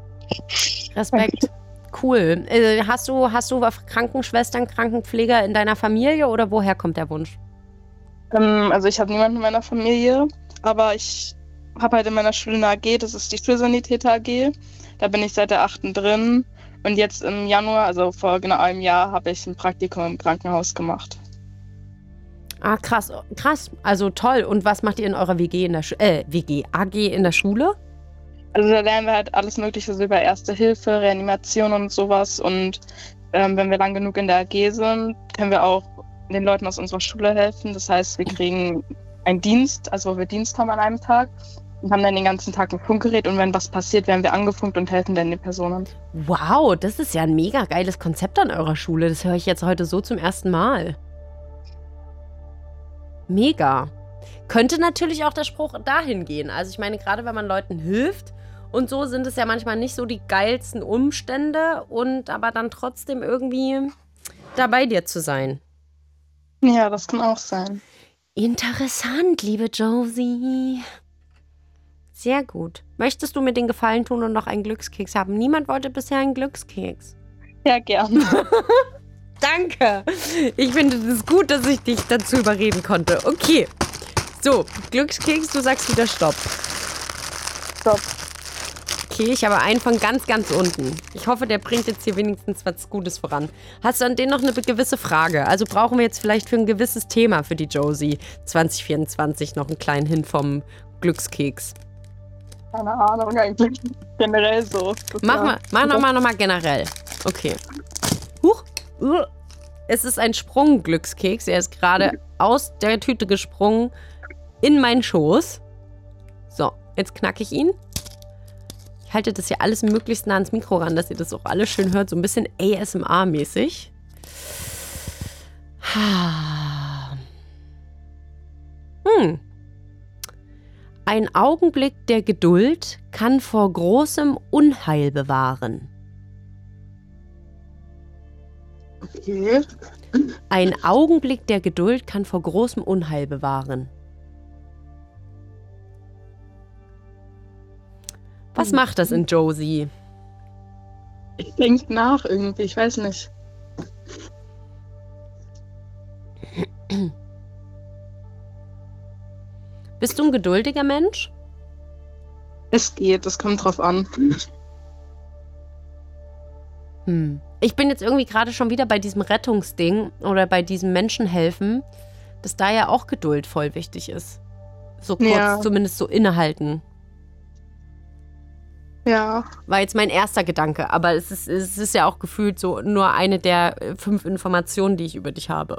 Cool. Hast du Krankenschwestern, Krankenpfleger in deiner Familie oder woher kommt der Wunsch? Also ich habe niemanden in meiner Familie, aber ich habe halt in meiner Schule eine AG, das ist die Schulsanitäter AG. Da bin ich seit der 8. drin. Und jetzt im Januar, also vor genau einem Jahr, habe ich ein Praktikum im Krankenhaus gemacht. Ah, krass. Also toll. Und was macht ihr in eurer AG in der Schule? Also da lernen wir halt alles Mögliche so über Erste Hilfe, Reanimation und sowas. Und wenn wir lang genug in der AG sind, können wir auch den Leuten aus unserer Schule helfen. Das heißt, wir kriegen einen Dienst, also wo wir Dienst haben an einem Tag. Und haben dann den ganzen Tag ein Funkgerät und wenn was passiert, werden wir angefunkt und helfen dann den Personen. Wow, das ist ja ein mega geiles Konzept an eurer Schule. Das höre ich jetzt heute so zum ersten Mal. Mega. Könnte natürlich auch der Spruch dahin gehen. Also ich meine, gerade wenn man Leuten hilft und so, sind es ja manchmal nicht so die geilsten Umstände und aber dann trotzdem irgendwie da bei dir zu sein. Ja, das kann auch sein. Interessant, liebe Josie. Sehr gut. Möchtest du mir den Gefallen tun und noch einen Glückskeks haben? Niemand wollte bisher einen Glückskeks. Ja, gerne. Danke. Ich finde es gut, dass ich dich dazu überreden konnte. Okay. So, Glückskeks, du sagst wieder Stopp. Stopp. Okay, ich habe einen von ganz, ganz unten. Ich hoffe, der bringt jetzt hier wenigstens was Gutes voran. Hast du an den noch eine gewisse Frage? Also brauchen wir jetzt vielleicht für ein gewisses Thema für die Josie 2024 noch einen kleinen Hin vom Glückskeks? Keine Ahnung, eigentlich generell so. Mach nochmal generell. Okay. Huch. Es ist ein Sprungglückskeks. Er ist gerade aus der Tüte gesprungen in meinen Schoß. So, jetzt knacke ich ihn. Ich halte das hier alles möglichst nah ans Mikro ran, dass ihr das auch alles schön hört. So ein bisschen ASMR-mäßig. Ein Augenblick der Geduld kann vor großem Unheil bewahren. Okay. Ein Augenblick der Geduld kann vor großem Unheil bewahren. Was macht das in Josie? Ich denke nach irgendwie, ich weiß nicht. Bist du ein geduldiger Mensch? Es geht, es kommt drauf an. Ich bin jetzt irgendwie gerade schon wieder bei diesem Rettungsding oder bei diesem Menschenhelfen, dass da ja auch Geduld voll wichtig ist. So kurz zumindest so innehalten. Ja. War jetzt mein erster Gedanke, aber es ist ja auch gefühlt so nur eine der 5 Informationen, die ich über dich habe.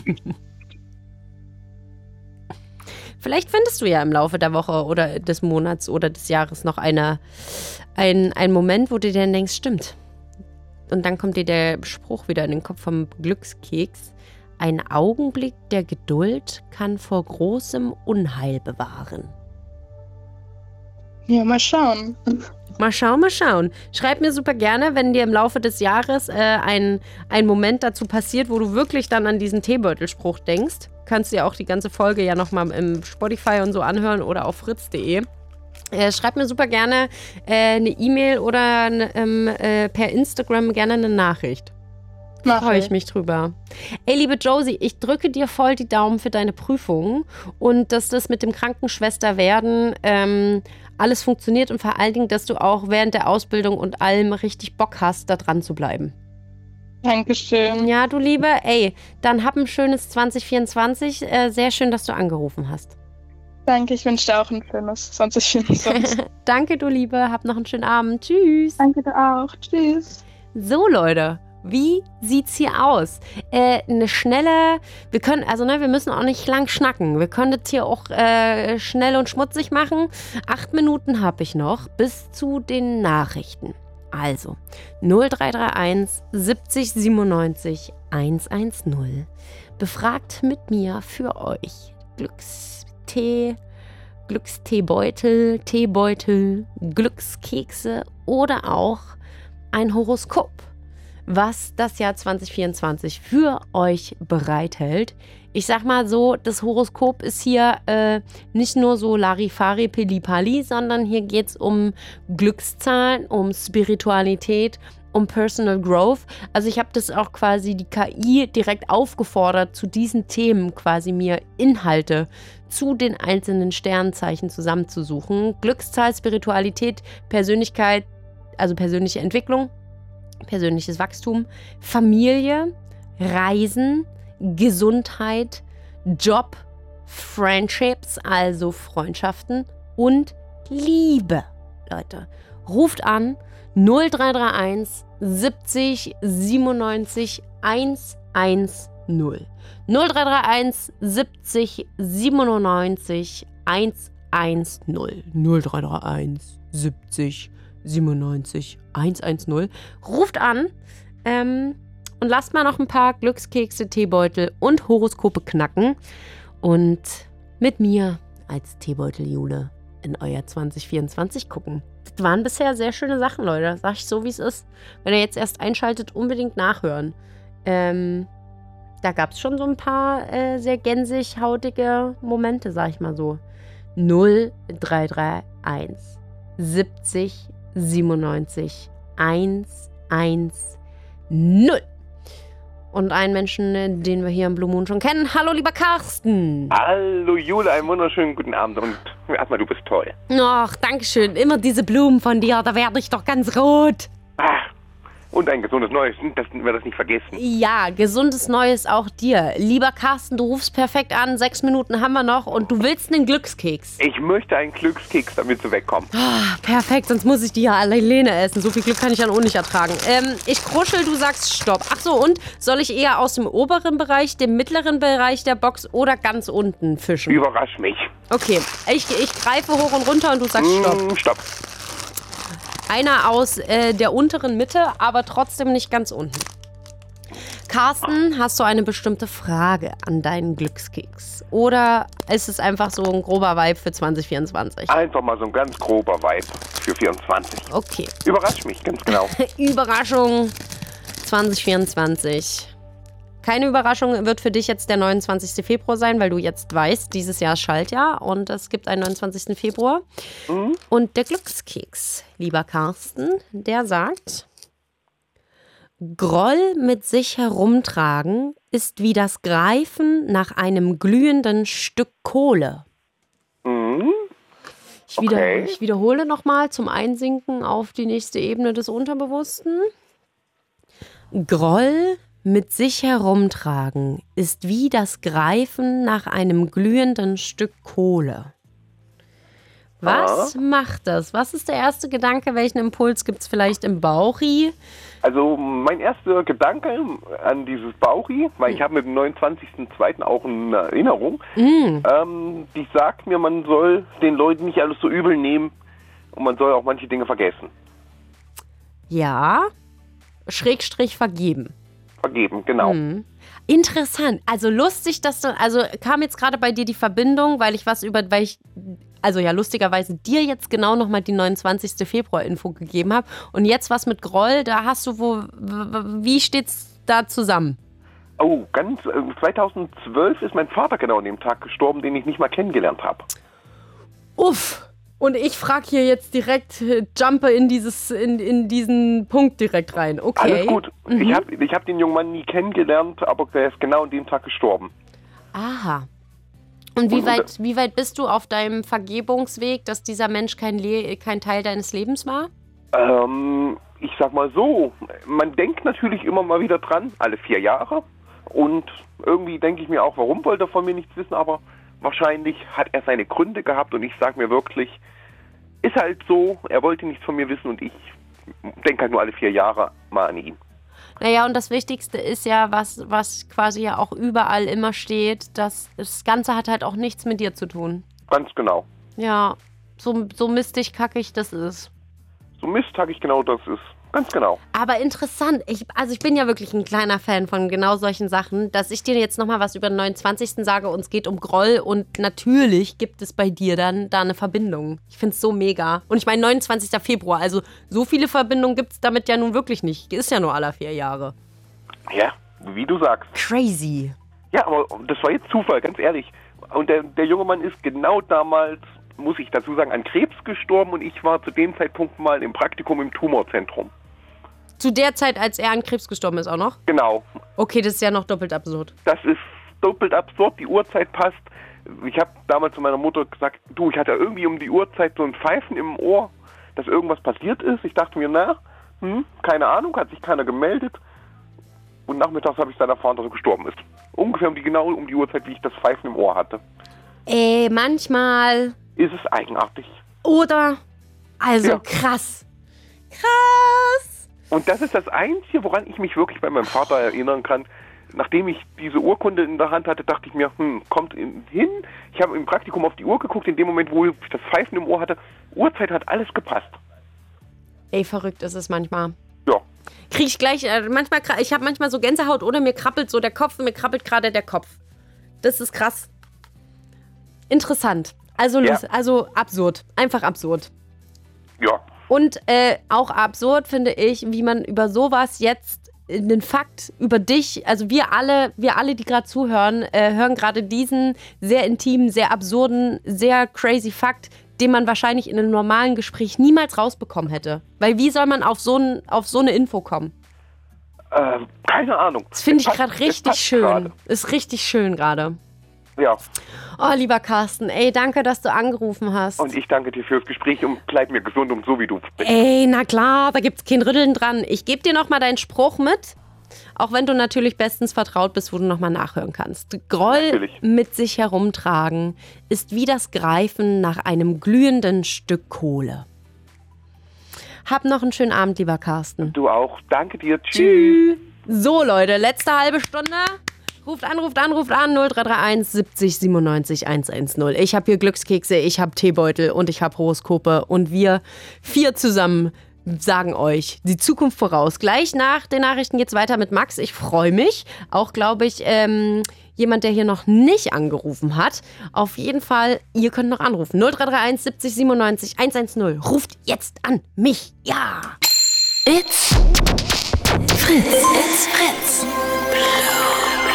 Vielleicht findest du ja im Laufe der Woche oder des Monats oder des Jahres noch einen Moment, wo du dir dann denkst, stimmt. Und dann kommt dir der Spruch wieder in den Kopf vom Glückskeks. Ein Augenblick der Geduld kann vor großem Unheil bewahren. Ja, mal schauen. Mal schauen. Schreib mir super gerne, wenn dir im Laufe des Jahres ein Moment dazu passiert, wo du wirklich dann an diesen Teebeutelspruch denkst. Kannst du ja auch die ganze Folge ja nochmal im Spotify und so anhören oder auf fritz.de. Schreib mir super gerne eine E-Mail oder per Instagram gerne eine Nachricht. Freue ich mich drüber. Ey, liebe Josie, ich drücke dir voll die Daumen für deine Prüfung und dass das mit dem Krankenschwesterwerden alles funktioniert und vor allen Dingen, dass du auch während der Ausbildung und allem richtig Bock hast, da dran zu bleiben. Dankeschön. Ja, du Liebe, ey, dann hab ein schönes 2024. Sehr schön, dass du angerufen hast. Danke, ich wünsche dir auch ein schönes 2024. Danke, du Liebe, hab noch einen schönen Abend. Tschüss. Danke dir auch. Tschüss. So, Leute. Wie sieht's hier aus? Eine schnelle, wir müssen auch nicht lang schnacken. Wir können das hier auch schnell und schmutzig machen. 8 Minuten habe ich noch bis zu den Nachrichten. Also 0331 70 97 110. Befragt mit mir für euch Glücksteebeutel, Teebeutel, Glückskekse oder auch ein Horoskop, was das Jahr 2024 für euch bereithält. Ich sag mal so, das Horoskop ist hier nicht nur so Larifari, Pilipali, sondern hier geht es um Glückszahlen, um Spiritualität, um Personal Growth. Also ich habe das auch quasi die KI direkt aufgefordert, zu diesen Themen quasi mir Inhalte zu den einzelnen Sternzeichen zusammenzusuchen. Glückszahl, Spiritualität, Persönlichkeit, also persönliche Entwicklung, persönliches Wachstum, Familie, Reisen, Gesundheit, Job, Friendships, also Freundschaften und Liebe. Leute, ruft an 0331 70 97 110. 0331 70 97 110. 0331 70 97 110. Ruft an und lasst mal noch ein paar Glückskekse, Teebeutel und Horoskope knacken und mit mir als Teebeutel-Jule in euer 2024 gucken. Das waren bisher sehr schöne Sachen, Leute. Sag ich so, wie es ist. Wenn ihr jetzt erst einschaltet, unbedingt nachhören. Da gab es schon so ein paar sehr gänsig-hautige Momente, sag ich mal so. 0331 70 97 110. Und einen Menschen, den wir hier im Blue Moon schon kennen. Hallo, lieber Carsten. Hallo, Jule, einen wunderschönen guten Abend. Und erstmal, du bist toll. Ach, dankeschön. Immer diese Blumen von dir, da werde ich doch ganz rot. Und ein gesundes Neues, dass wir das nicht vergessen. Ja, gesundes Neues auch dir. Lieber Carsten, du rufst perfekt an. 6 Minuten haben wir noch und du willst einen Glückskeks. Ich möchte einen Glückskeks, damit du wegkommst. Perfekt, sonst muss ich die ja alleine essen. So viel Glück kann ich dann auch nicht ertragen. Ich kruschel, du sagst Stopp. Ach so, und soll ich eher aus dem oberen Bereich, dem mittleren Bereich der Box oder ganz unten fischen? Überrasch mich. Okay, ich greife hoch und runter und du sagst Stopp. Stopp. Einer aus der unteren Mitte, aber trotzdem nicht ganz unten. Carsten, hast du eine bestimmte Frage an deinen Glückskeks? Oder ist es einfach so ein grober Vibe für 2024? Einfach mal so ein ganz grober Vibe für 24. Okay. Überrasch mich, ganz genau. Überraschung 2024. Keine Überraschung wird für dich jetzt der 29. Februar sein, weil du jetzt weißt, dieses Jahr ist Schaltjahr und es gibt einen 29. Februar. Und der Glückskeks, lieber Carsten, der sagt, Groll mit sich herumtragen ist wie das Greifen nach einem glühenden Stück Kohle. Ich wiederhole nochmal zum Einsinken auf die nächste Ebene des Unterbewussten. Groll mit sich herumtragen ist wie das Greifen nach einem glühenden Stück Kohle. Was macht das? Was ist der erste Gedanke? Welchen Impuls gibt es vielleicht im Bauchi? Also mein erster Gedanke an dieses Bauchi, weil ich habe mit dem 29.02. auch eine Erinnerung, die sagt mir, man soll den Leuten nicht alles so übel nehmen und man soll auch manche Dinge vergessen. Ja, Schrägstrich vergeben. Vergeben, genau. Interessant. Also lustig, dass du, also kam jetzt gerade bei dir die Verbindung, weil ich lustigerweise dir jetzt genau nochmal die 29. Februar-Info gegeben habe. Und jetzt was mit Groll, da hast du wie steht's da zusammen? Oh, 2012 ist mein Vater genau an dem Tag gestorben, den ich nicht mal kennengelernt habe. Uff. Und ich frage hier jetzt direkt, jumpe in diesen Punkt direkt rein. Okay. Alles gut. Ich hab den jungen Mann nie kennengelernt, aber der ist genau an dem Tag gestorben. Aha. Und wie weit bist du auf deinem Vergebungsweg, dass dieser Mensch kein Teil deines Lebens war? Ich sag mal so, man denkt natürlich immer mal wieder dran, alle 4 Jahre. Und irgendwie denke ich mir auch, warum wollte er von mir nichts wissen, aber wahrscheinlich hat er seine Gründe gehabt und ich sage mir wirklich, ist halt so, er wollte nichts von mir wissen und ich denke halt nur alle 4 Jahre mal an ihn. Naja, und das Wichtigste ist ja, was quasi ja auch überall immer steht, dass das Ganze hat halt auch nichts mit dir zu tun. Ganz genau. Ja, so mistig, kackig das ist. So mistig genau das ist. Ganz genau. Aber interessant. Ich bin ja wirklich ein kleiner Fan von genau solchen Sachen, dass ich dir jetzt nochmal was über den 29. sage und es geht um Groll und natürlich gibt es bei dir dann da eine Verbindung. Ich finde es so mega. Und ich meine 29. Februar, also so viele Verbindungen gibt es damit ja nun wirklich nicht. Ist ja nur alle 4 Jahre. Ja, wie du sagst. Crazy. Ja, aber das war jetzt Zufall, ganz ehrlich. Und der junge Mann ist genau damals, muss ich dazu sagen, an Krebs gestorben und ich war zu dem Zeitpunkt mal im Praktikum im Tumorzentrum. Zu der Zeit, als er an Krebs gestorben ist auch noch? Genau. Okay, das ist ja noch doppelt absurd. Das ist doppelt absurd, die Uhrzeit passt. Ich habe damals zu meiner Mutter gesagt, du, ich hatte irgendwie um die Uhrzeit so ein Pfeifen im Ohr, dass irgendwas passiert ist. Ich dachte mir, keine Ahnung, hat sich keiner gemeldet. Und nachmittags habe ich dann erfahren, dass er gestorben ist. Ungefähr genau um die Uhrzeit, wie ich das Pfeifen im Ohr hatte. Manchmal ist es eigenartig. Oder? Also ja. Krass. Krass. Und das ist das Einzige, woran ich mich wirklich bei meinem Vater erinnern kann. Nachdem ich diese Urkunde in der Hand hatte, dachte ich mir, kommt hin. Ich habe im Praktikum auf die Uhr geguckt, in dem Moment, wo ich das Pfeifen im Ohr hatte. Uhrzeit hat alles gepasst. Verrückt ist es manchmal. Ja. Kriege ich gleich, ich habe manchmal so Gänsehaut oder mir krabbelt so der Kopf und mir krabbelt gerade der Kopf. Das ist krass. Interessant. Also absurd. Einfach absurd. Ja. Und auch absurd finde ich, wie man über sowas jetzt einen Fakt über dich, also wir alle, die gerade zuhören, hören gerade diesen sehr intimen, sehr absurden, sehr crazy Fakt, den man wahrscheinlich in einem normalen Gespräch niemals rausbekommen hätte. Weil wie soll man auf so eine Info kommen? Keine Ahnung. Das finde ich gerade richtig schön. Grade. Ist richtig schön gerade. Ja. Oh, lieber Carsten, danke, dass du angerufen hast. Und ich danke dir fürs Gespräch und bleib mir gesund und so wie du bist. Na klar, da gibt's kein Rütteln dran. Ich gebe dir nochmal deinen Spruch mit, auch wenn du natürlich bestens vertraut bist, wo du nochmal nachhören kannst. Groll mit sich herumtragen ist wie das Greifen nach einem glühenden Stück Kohle. Hab noch einen schönen Abend, lieber Carsten. Du auch. Danke dir. Tschüss. So, Leute, letzte halbe Stunde. Ruft an, 0331 70 97 110. Ich habe hier Glückskekse, ich habe Teebeutel und ich habe Horoskope. Und wir 4 zusammen sagen euch die Zukunft voraus. Gleich nach den Nachrichten geht's weiter mit Max. Ich freue mich. Auch, glaube ich, jemand, der hier noch nicht angerufen hat. Auf jeden Fall, ihr könnt noch anrufen. 0331 70 97 110. Ruft jetzt an mich. Ja. It's Fritz. It's Fritz.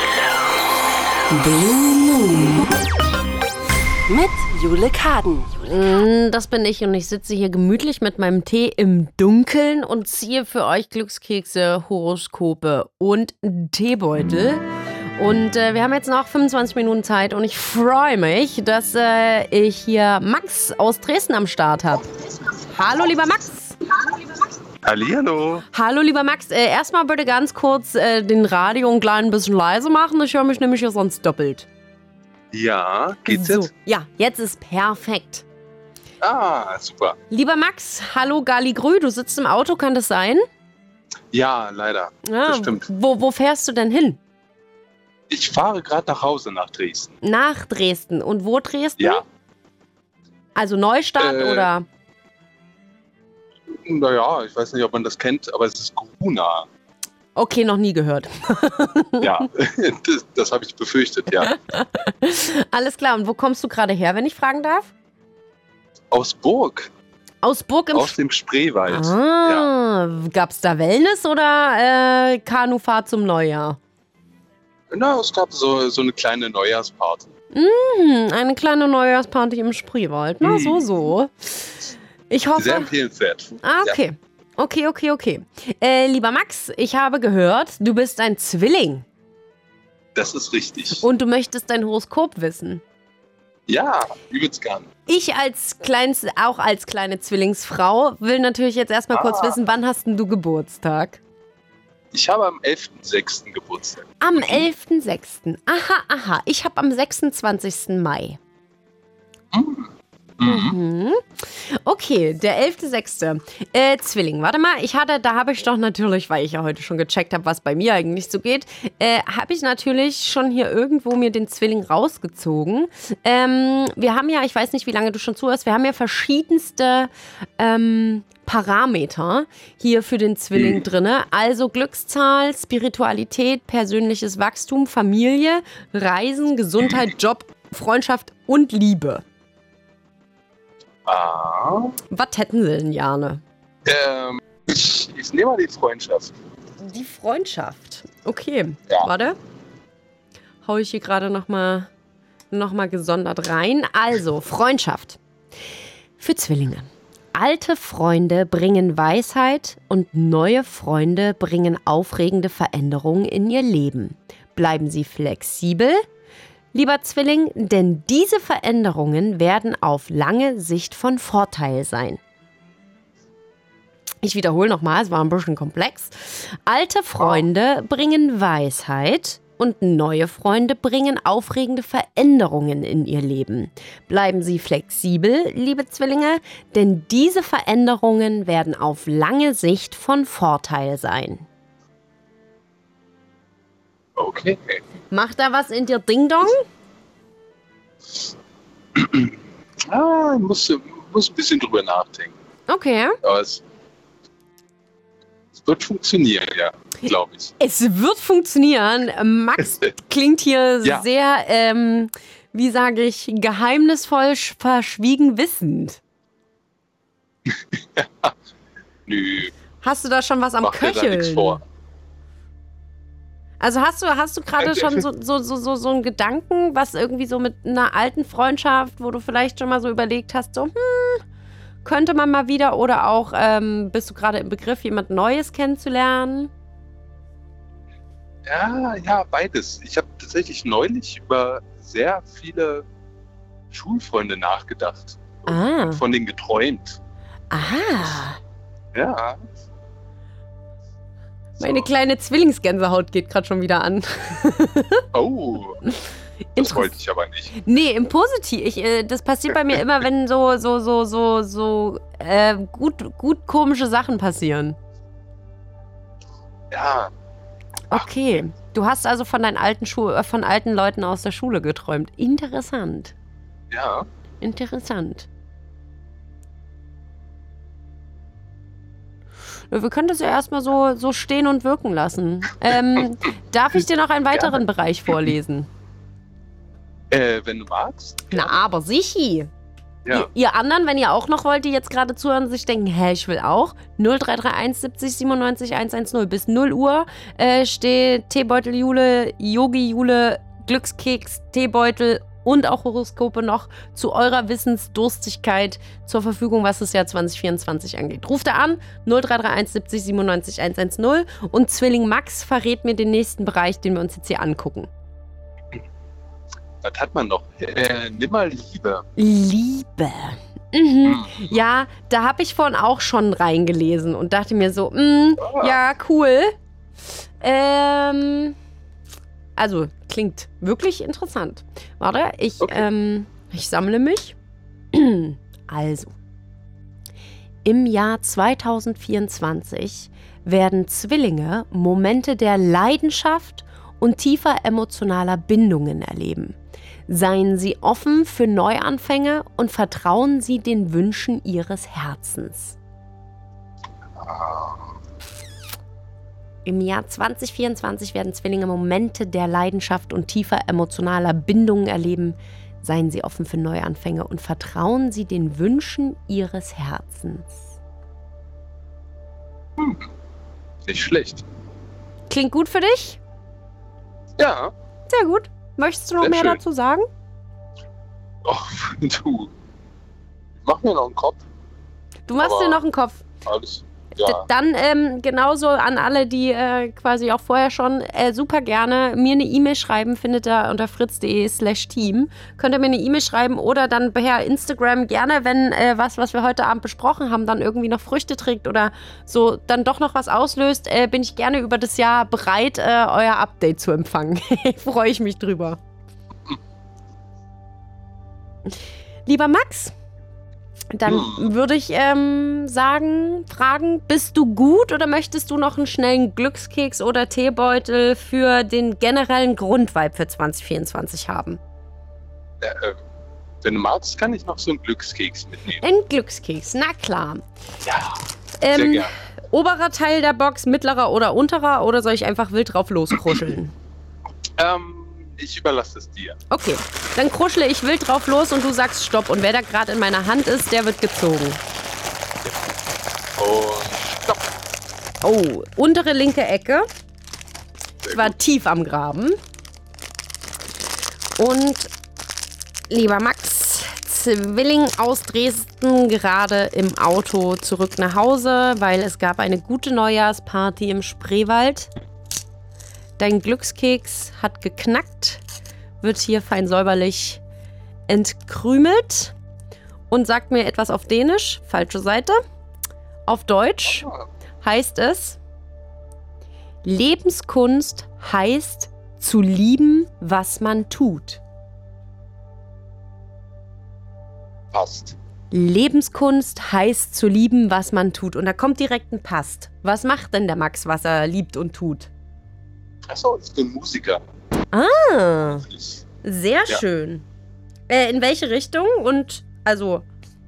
Blue Moon mit Jule Kaden. Das bin ich und ich sitze hier gemütlich mit meinem Tee im Dunkeln und ziehe für euch Glückskekse, Horoskope und Teebeutel. Und wir haben jetzt noch 25 Minuten Zeit und ich freue mich, dass ich hier Max aus Dresden am Start habe. Hallo, lieber Max. Hallihallo. Hallo, lieber Max. Erstmal bitte ganz kurz den Radio ein klein bisschen leise machen. Ich höre mich nämlich hier sonst doppelt. Ja, geht's jetzt? Ja, jetzt ist perfekt. Ah, super. Lieber Max, hallo Galligrü, du sitzt im Auto, kann das sein? Ja, leider. Das stimmt. Wo fährst du denn hin? Ich fahre gerade nach Hause nach Dresden. Nach Dresden. Und wo Dresden? Ja. Also Neustadt oder? Naja, ich weiß nicht, ob man das kennt, aber es ist Gruna. Okay, noch nie gehört. Ja, das habe ich befürchtet, ja. Alles klar, und wo kommst du gerade her, wenn ich fragen darf? Aus Burg. Aus Burg Aus dem Spreewald. Ja. Gab's da Wellness oder Kanufahrt zum Neujahr? Na, es gab so eine kleine Neujahrsparty. Eine kleine Neujahrsparty im Spreewald. Na, so. Ich hoffe... Sehr empfehlenswert. Ah, okay. Ja. Okay. Lieber Max, ich habe gehört, du bist ein Zwilling. Das ist richtig. Und du möchtest dein Horoskop wissen. Ja, übelst gern. Ich als kleine Zwillingsfrau will natürlich jetzt erstmal kurz wissen, wann hast denn du Geburtstag? Ich habe am 11.06. Geburtstag. Am 11.06. Aha. Ich habe am 26. Mai. Okay, der 11.06. Zwilling, warte mal, da habe ich doch natürlich, weil ich ja heute schon gecheckt habe, was bei mir eigentlich so geht, habe ich natürlich schon hier irgendwo mir den Zwilling rausgezogen. Wir haben ja, ich weiß nicht, wie lange du schon zuhörst, wir haben ja verschiedenste Parameter hier für den Zwilling drinne. Also Glückszahl, Spiritualität, persönliches Wachstum, Familie, Reisen, Gesundheit, Job, Freundschaft und Liebe. Was hätten sie denn, Jane? Ich nehme mal die Freundschaft. Die Freundschaft. Okay, ja. Warte. Hau ich hier gerade noch mal gesondert rein. Also, Freundschaft. Für Zwillinge. Alte Freunde bringen Weisheit und neue Freunde bringen aufregende Veränderungen in ihr Leben. Bleiben Sie flexibel, lieber Zwilling, denn diese Veränderungen werden auf lange Sicht von Vorteil sein. Ich wiederhole nochmal, es war ein bisschen komplex. Alte Freunde bringen Weisheit und neue Freunde bringen aufregende Veränderungen in ihr Leben. Bleiben Sie flexibel, liebe Zwillinge, denn diese Veränderungen werden auf lange Sicht von Vorteil sein. Okay. Macht da was in dir Ding-Dong? Ich muss ein bisschen drüber nachdenken. Okay. Aber es wird funktionieren, ja, glaube ich. Es wird funktionieren. Max klingt hier sehr, wie sage ich, geheimnisvoll, verschwiegen wissend. Nö. Hast du da schon was am Köcheln? Nichts vor. Also hast du gerade schon so einen Gedanken, was irgendwie so mit einer alten Freundschaft, wo du vielleicht schon mal so überlegt hast, so, könnte man mal wieder, oder auch bist du gerade im Begriff, jemand Neues kennenzulernen? Ja, beides. Ich habe tatsächlich neulich über sehr viele Schulfreunde nachgedacht. Und von denen geträumt. Aha. Ja. Meine kleine Zwillingsgänsehaut geht gerade schon wieder an. Oh, das wollte ich aber nicht. Nee, im Positiv. Das passiert bei mir immer, wenn so gut komische Sachen passieren. Ja. Okay. Du hast also von deinen von alten Leuten aus der Schule geträumt. Interessant. Ja. Interessant. Wir können das ja erstmal so stehen und wirken lassen. Darf ich dir noch einen weiteren Bereich vorlesen? Wenn du magst. Na, aber sicher. Ja. Ihr anderen, wenn ihr auch noch wollt, die jetzt gerade zuhören und sich denken, ich will auch, 0331 70 97 110. Bis 0 Uhr steht Teebeutel Jule, Yogi Jule Glückskeks, Teebeutel und auch Horoskope noch zu eurer Wissensdurstigkeit zur Verfügung, was das Jahr 2024 angeht. Ruft da an, 0331 70 97 110 und Zwilling Max verrät mir den nächsten Bereich, den wir uns jetzt hier angucken. Was hat man noch? Nimm mal Liebe. Liebe. Mhm. Ja, da habe ich vorhin auch schon reingelesen und dachte mir so, ja, cool. Also, klingt wirklich interessant. Warte, ich sammle mich. Also, im Jahr 2024 werden Zwillinge Momente der Leidenschaft und tiefer emotionaler Bindungen erleben. Seien Sie offen für Neuanfänge und vertrauen Sie den Wünschen Ihres Herzens. Im Jahr 2024 werden Zwillinge Momente der Leidenschaft und tiefer emotionaler Bindungen erleben. Seien Sie offen für Neuanfänge und vertrauen Sie den Wünschen Ihres Herzens. Nicht schlecht. Klingt gut für dich? Ja. Sehr gut. Möchtest du noch Sehr mehr schön. dazu sagen? Ach, du. Mach mir noch einen Kopf. Du machst Aber dir noch einen Kopf. Alles. Ja. Dann genauso an alle, die quasi auch vorher schon super gerne mir eine E-Mail schreiben, findet ihr unter fritz.de/team. Könnt ihr mir eine E-Mail schreiben oder dann per Instagram gerne, wenn was wir heute Abend besprochen haben, dann irgendwie noch Früchte trägt oder so dann doch noch was auslöst, bin ich gerne über das Jahr bereit, euer Update zu empfangen. Freue ich mich drüber. Lieber Max, dann würde ich fragen, bist du gut oder möchtest du noch einen schnellen Glückskeks oder Teebeutel für den generellen Grundvibe für 2024 haben? Wenn du magst, kann ich noch so einen Glückskeks mitnehmen. Ein Glückskeks, na klar. Ja, sehr gerne. Oberer Teil der Box, mittlerer oder unterer oder soll ich einfach wild drauf loskruscheln? Ich überlasse es dir. Okay, dann kruschle ich wild drauf los und du sagst Stopp. Und wer da gerade in meiner Hand ist, der wird gezogen. Und Stopp. Oh, untere linke Ecke. Ich war tief am Graben. Und lieber Max, Zwilling aus Dresden, gerade im Auto zurück nach Hause, weil es gab eine gute Neujahrsparty im Spreewald. Dein Glückskeks hat geknackt, wird hier fein säuberlich entkrümelt und sagt mir etwas auf Dänisch, falsche Seite. Auf Deutsch heißt es, Lebenskunst heißt zu lieben, was man tut. Passt. Lebenskunst heißt zu lieben, was man tut. Und da kommt direkt ein Passt. Was macht denn der Max, was er liebt und tut? Achso, ich bin Musiker. Ah, sehr schön. In welche Richtung? Und also.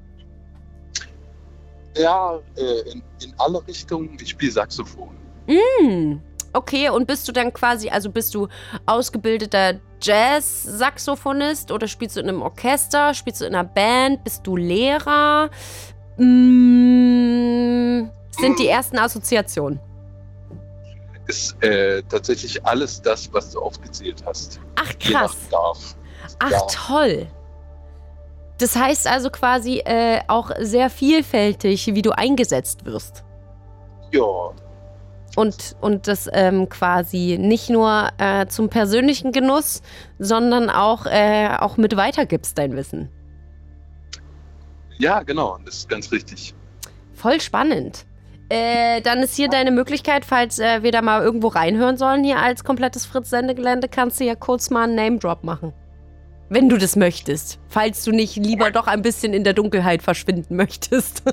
Ja, in alle Richtungen. Ich spiele Saxophon. Okay, und bist du dann quasi, also bist du ausgebildeter Jazz-Saxophonist oder spielst du in einem Orchester? Spielst du in einer Band? Bist du Lehrer? Sind die ersten Assoziationen? Ist tatsächlich alles das, was du aufgezählt hast. Ach, krass. Ach, ja. Toll. Das heißt also quasi auch sehr vielfältig, wie du eingesetzt wirst. Ja. Und das quasi nicht nur zum persönlichen Genuss, sondern auch mit weitergibst, dein Wissen. Ja, genau. Das ist ganz richtig. Voll spannend. Dann ist hier deine Möglichkeit, falls wir da mal irgendwo reinhören sollen, hier als komplettes Fritz-Sendegelände, kannst du ja kurz mal einen Name-Drop machen. Wenn du das möchtest. Falls du nicht lieber doch ein bisschen in der Dunkelheit verschwinden möchtest.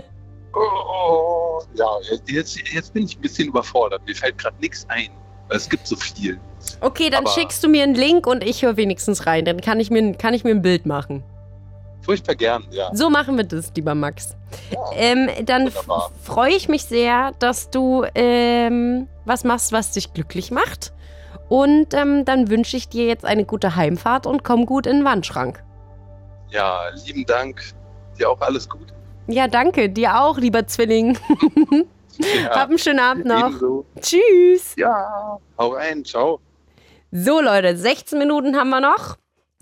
Ja, jetzt bin ich ein bisschen überfordert. Mir fällt gerade nichts ein. Weil es gibt so viel. Okay, dann schickst du mir einen Link und ich höre wenigstens rein. Dann kann ich mir ein Bild machen. Furchtbar gern, ja. So machen wir das, lieber Max. Ja, dann freue ich mich sehr, dass du was machst, was dich glücklich macht. Und dann wünsche ich dir jetzt eine gute Heimfahrt und komm gut in den Wandschrank. Ja, lieben Dank. Dir auch alles gut. Ja, danke. Dir auch, lieber Zwilling. Ja, hab einen schönen Abend noch. ebenso. Tschüss. Ja, hau rein. Ciao. So, Leute, 16 Minuten haben wir noch.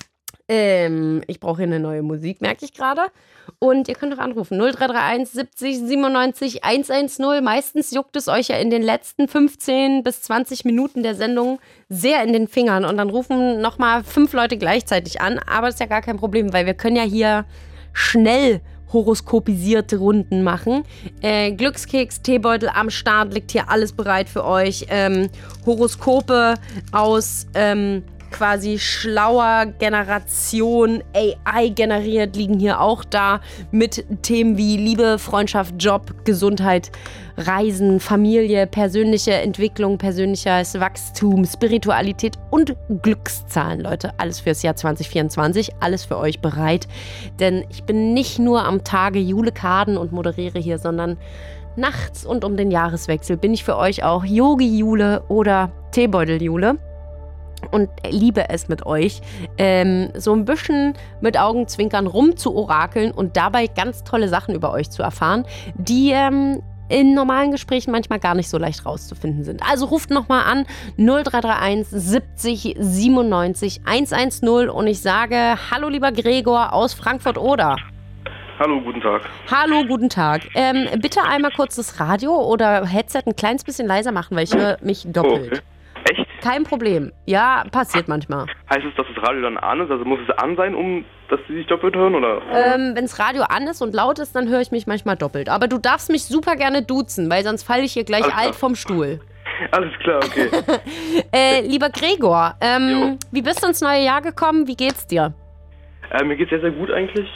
Ich brauche hier eine neue Musik, merke ich gerade. Und ihr könnt doch anrufen. 0331 70 97 110. Meistens juckt es euch ja in den letzten 15 bis 20 Minuten der Sendung sehr in den Fingern. Und dann rufen nochmal 5 Leute gleichzeitig an. Aber das ist ja gar kein Problem, weil wir können ja hier schnell horoskopisierte Runden machen. Glückskeks, Teebeutel am Start, liegt hier alles bereit für euch. Horoskope aus quasi schlauer Generation AI generiert, liegen hier auch da mit Themen wie Liebe, Freundschaft, Job, Gesundheit, Reisen, Familie, persönliche Entwicklung, persönliches Wachstum, Spiritualität und Glückszahlen, Leute. Alles fürs Jahr 2024, alles für euch bereit. Denn ich bin nicht nur am Tage Jule Kaden und moderiere hier, sondern nachts und um den Jahreswechsel bin ich für euch auch Yogi Jule oder Teebeutel Jule. Und liebe es mit euch, so ein bisschen mit Augenzwinkern rum zu orakeln und dabei ganz tolle Sachen über euch zu erfahren, die in normalen Gesprächen manchmal gar nicht so leicht rauszufinden sind. Also ruft nochmal an 0331 70 97 110 und ich sage Hallo lieber Gregor aus Frankfurt-Oder. Hallo, guten Tag. Hallo, guten Tag. Bitte einmal kurz das Radio oder Headset ein kleines bisschen leiser machen, weil ich höre mich doppelt. Okay. Echt? Kein Problem. Ja, passiert manchmal. Heißt es, dass das Radio dann an ist? Also muss es an sein, um dass Sie sich doppelt hören, oder? Wenn das Radio an ist und laut ist, dann höre ich mich manchmal doppelt. Aber du darfst mich super gerne duzen, weil sonst falle ich hier gleich alt vom Stuhl. Alles klar, okay. Lieber Gregor, wie bist du ins neue Jahr gekommen? Wie geht's dir? Mir geht's sehr, sehr gut eigentlich.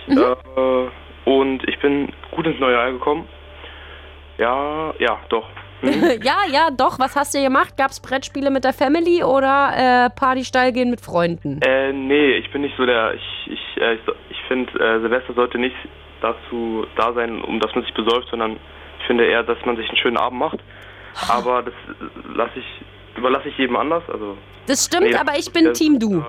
Und ich bin gut ins neue Jahr gekommen. Ja, doch. Ja, doch. Was hast du gemacht? Gab's Brettspiele mit der Family oder Partysteil gehen mit Freunden? Nee, ich bin nicht so der... Ich finde, Silvester sollte nicht dazu da sein, um dass man sich besäuft, sondern ich finde eher, dass man sich einen schönen Abend macht. Aber das überlasse ich jedem anders. Also, das stimmt, aber ich bin Team Du.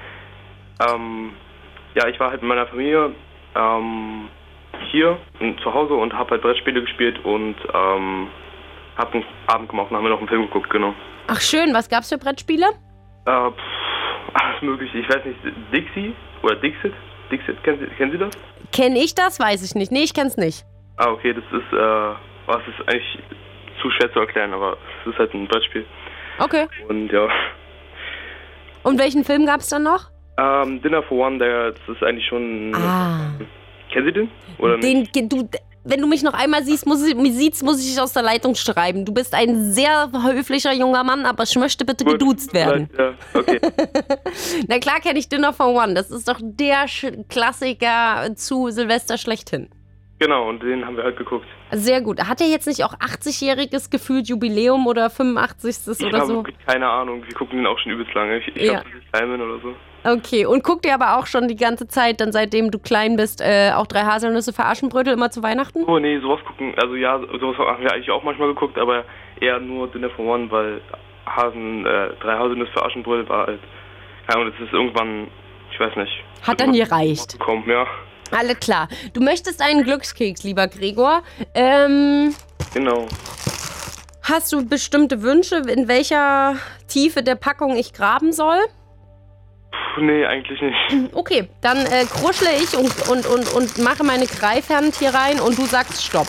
Ja, ich war halt mit meiner Familie hier zu Hause und habe halt Brettspiele gespielt und hab einen Abend gemacht und haben wir noch einen Film geguckt, genau. Ach schön, was gab's für Brettspiele? Alles mögliche, ich weiß nicht, Dixie oder Dixit? Kennen Sie das? Kenn ich das? Weiß ich nicht. Nee, ich kenn's nicht. Okay, das ist eigentlich zu schwer zu erklären, aber es ist halt ein Brettspiel. Okay. Und ja. Und welchen Film gab's dann noch? Dinner for One, das ist eigentlich schon... Kennen Sie den? Oder nicht? Wenn du mich noch einmal siehst, muss ich dich aus der Leitung schreiben. Du bist ein sehr höflicher junger Mann, aber ich möchte bitte geduzt werden. Ja, okay. Na klar kenne ich Dinner for One. Das ist doch der Klassiker zu Silvester schlechthin. Genau, und den haben wir halt geguckt. Sehr gut. Hat er jetzt nicht auch 80-jähriges gefühlt Jubiläum oder 85. oder so? Ich habe keine Ahnung. Wir gucken den auch schon übelst lange. Ich glaube, das ist Simon oder so. Okay, und guckt ihr aber auch schon die ganze Zeit, dann seitdem du klein bist, auch 3 Haselnüsse für Aschenbrödel immer zu Weihnachten? Oh nee, sowas gucken, also ja, sowas haben wir eigentlich auch manchmal geguckt, aber eher nur Dinner for One, weil 3 Haselnüsse für Aschenbrödel war halt, ja, und es ist irgendwann, ich weiß nicht. Hat dann gereicht. Gekommen, ja. Alles klar. Du möchtest einen Glückskeks, lieber Gregor. Genau. Hast du bestimmte Wünsche, in welcher Tiefe der Packung ich graben soll? Nee, eigentlich nicht. Okay, dann kruschle ich und mache meine Greifhand hier rein und du sagst Stopp.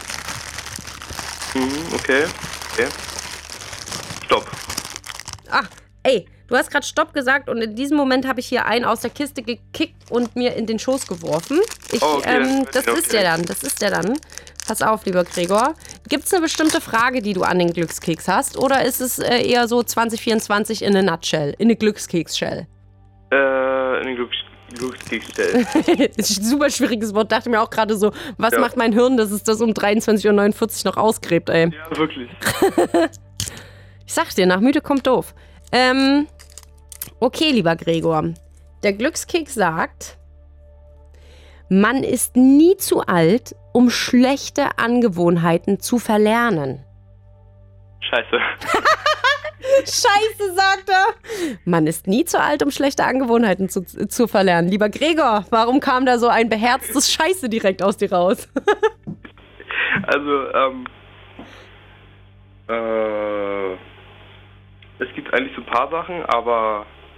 Okay. Stopp. Ach, ey, du hast gerade Stopp gesagt und in diesem Moment habe ich hier einen aus der Kiste gekickt und mir in den Schoß geworfen. Das ist der dann. Pass auf, lieber Gregor. Gibt es eine bestimmte Frage, die du an den Glückskeks hast? Oder ist es eher so 2024 in a nutshell, in eine Glückskeks-Shell? In den Glückskeks-Shell. Das ist ein super schwieriges Wort. Dachte mir auch gerade so, was macht mein Hirn, dass es das um 23:49 Uhr noch ausgräbt, ey. Ja, wirklich. Ich sag dir, nach müde kommt doof. Okay, lieber Gregor. Der Glückskeks sagt, man ist nie zu alt, um schlechte Angewohnheiten zu verlernen. Scheiße. Scheiße, sagt er. Man ist nie zu alt, um schlechte Angewohnheiten zu verlernen. Lieber Gregor, warum kam da so ein beherztes Scheiße direkt aus dir raus? Also, es gibt eigentlich so ein paar Sachen, aber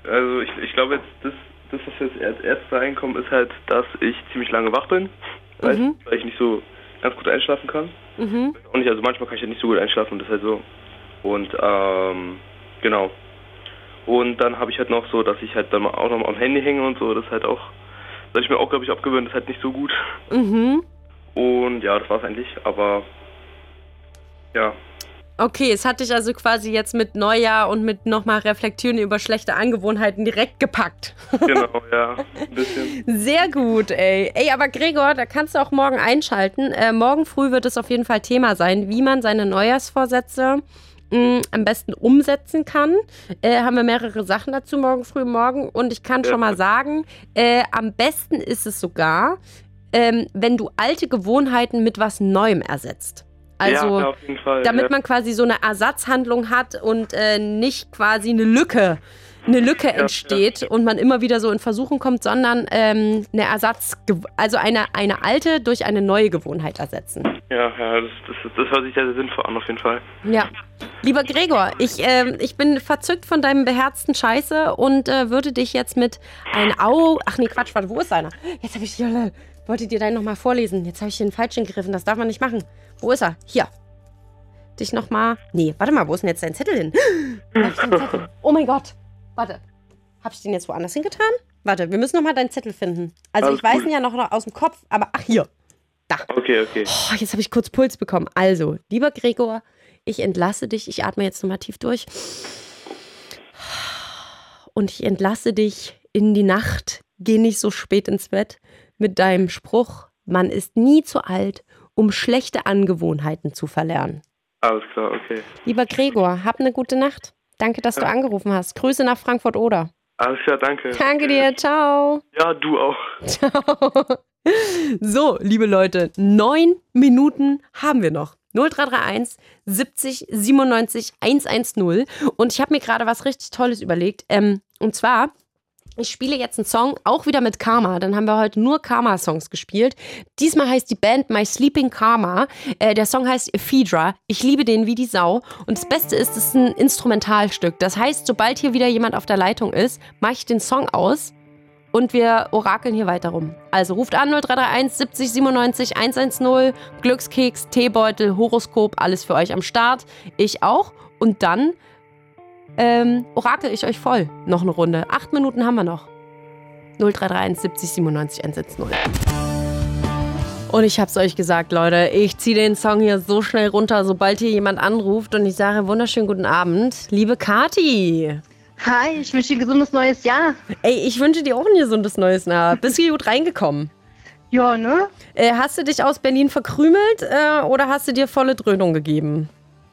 Also ich glaube jetzt, das, was jetzt als erstes reinkommt, ist halt, dass ich ziemlich lange wach bin, weil ich nicht so ganz gut einschlafen kann. Und nicht, also manchmal kann ich ja nicht so gut einschlafen, das ist halt so. Und genau. Und dann habe ich halt noch so, dass ich halt dann auch noch am Handy hänge und so, das ist halt auch, das habe ich mir auch, glaube ich, abgewöhnt, das ist halt nicht so gut. Und ja, das war's eigentlich, aber ja. Okay, es hat dich also quasi jetzt mit Neujahr und mit nochmal Reflektieren über schlechte Angewohnheiten direkt gepackt. Genau, ja, ein bisschen. Sehr gut, ey. Ey, aber Gregor, da kannst du auch morgen einschalten. Morgen früh wird es auf jeden Fall Thema sein, wie man seine Neujahrsvorsätze am besten umsetzen kann. Haben wir mehrere Sachen dazu morgen. Und ich kann schon mal sagen, am besten ist es sogar, wenn du alte Gewohnheiten mit was Neuem ersetzt. Also, ja, auf jeden Fall, damit man quasi so eine Ersatzhandlung hat und nicht quasi eine Lücke entsteht und man immer wieder so in Versuchung kommt, sondern eine also eine alte durch eine neue Gewohnheit ersetzen. Ja, das hört sich sehr, sehr sinnvoll an, auf jeden Fall. Ja. Lieber Gregor, ich bin verzückt von deinem beherzten Scheiße und würde dich jetzt mit Ach nee, Quatsch, warte, wo ist einer? Jetzt habe ich wollte dir deinen nochmal vorlesen. Jetzt habe ich den falschen gegriffen, das darf man nicht machen. Wo ist er? Hier. Dich nochmal. Nee, warte mal, wo ist denn jetzt dein Zettel hin? Oh mein Gott. Warte. Habe ich den jetzt woanders hingetan? Warte, wir müssen nochmal deinen Zettel finden. Also ich weiß ihn ja noch aus dem Kopf, aber ach hier. Da. Okay. Oh, jetzt habe ich kurz Puls bekommen. Also, lieber Gregor, ich entlasse dich. Ich atme jetzt nochmal tief durch. Und ich entlasse dich in die Nacht. Geh nicht so spät ins Bett mit deinem Spruch, man ist nie zu alt, um schlechte Angewohnheiten zu verlernen. Alles klar, okay. Lieber Gregor, hab eine gute Nacht. Danke, dass du angerufen hast. Grüße nach Frankfurt-Oder. Alles klar, danke. Danke dir, ciao. Ja, du auch. Ciao. So, liebe Leute, 9 Minuten haben wir noch. 0331 70 97 110. Und ich habe mir gerade was richtig Tolles überlegt. Und zwar, ich spiele jetzt einen Song, auch wieder mit Karma. Dann haben wir heute nur Karma-Songs gespielt. Diesmal heißt die Band My Sleeping Karma. Der Song heißt Ephedra. Ich liebe den wie die Sau. Und das Beste ist, es ist ein Instrumentalstück. Das heißt, sobald hier wieder jemand auf der Leitung ist, mache ich den Song aus und wir orakeln hier weiter rum. Also ruft an 0331 70 97 110. Glückskeks, Teebeutel, Horoskop, alles für euch am Start. Ich auch. Und dann orakel ich euch voll. Noch eine Runde. 8 Minuten haben wir noch. 0331 70 97 110. Und ich hab's euch gesagt, Leute, ich ziehe den Song hier so schnell runter, sobald hier jemand anruft und ich sage wunderschönen guten Abend. Liebe Kathi. Hi, ich wünsche dir ein gesundes neues Jahr. Ey, ich wünsche dir auch ein gesundes neues Jahr. Bist du gut reingekommen? Ja, ne? Hast du dich aus Berlin verkrümelt oder hast du dir volle Dröhnung gegeben?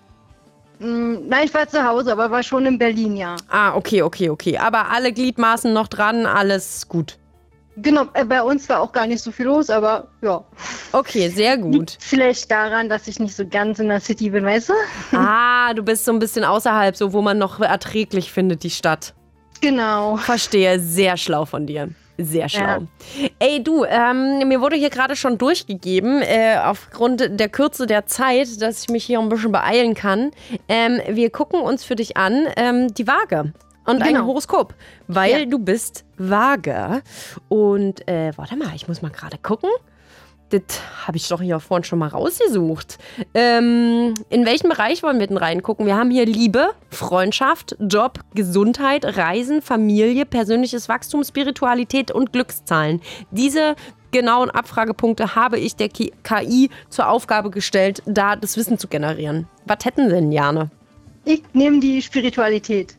Nein, ich war zu Hause, aber war schon in Berlin, ja. Ah, okay. Aber alle Gliedmaßen noch dran, alles gut. Genau, bei uns war auch gar nicht so viel los, aber ja. Okay, sehr gut. Liegt vielleicht daran, dass ich nicht so ganz in der City bin, weißt du? Ah, du bist so ein bisschen außerhalb, so wo man noch erträglich findet, die Stadt. Genau. Verstehe, sehr schlau von dir. Sehr schlau. Ja. Ey, du, mir wurde hier gerade schon durchgegeben, aufgrund der Kürze der Zeit, dass ich mich hier ein bisschen beeilen kann. Wir gucken uns für dich an, die Waage und ein Horoskop, weil du bist Waage. Und warte mal, ich muss mal gerade gucken. Das habe ich doch hier vorhin schon mal rausgesucht. In welchen Bereich wollen wir denn reingucken? Wir haben hier Liebe, Freundschaft, Job, Gesundheit, Reisen, Familie, persönliches Wachstum, Spiritualität und Glückszahlen. Diese genauen Abfragepunkte habe ich der KI zur Aufgabe gestellt, da das Wissen zu generieren. Was hätten Sie denn, Jane? Ich nehme die Spiritualität.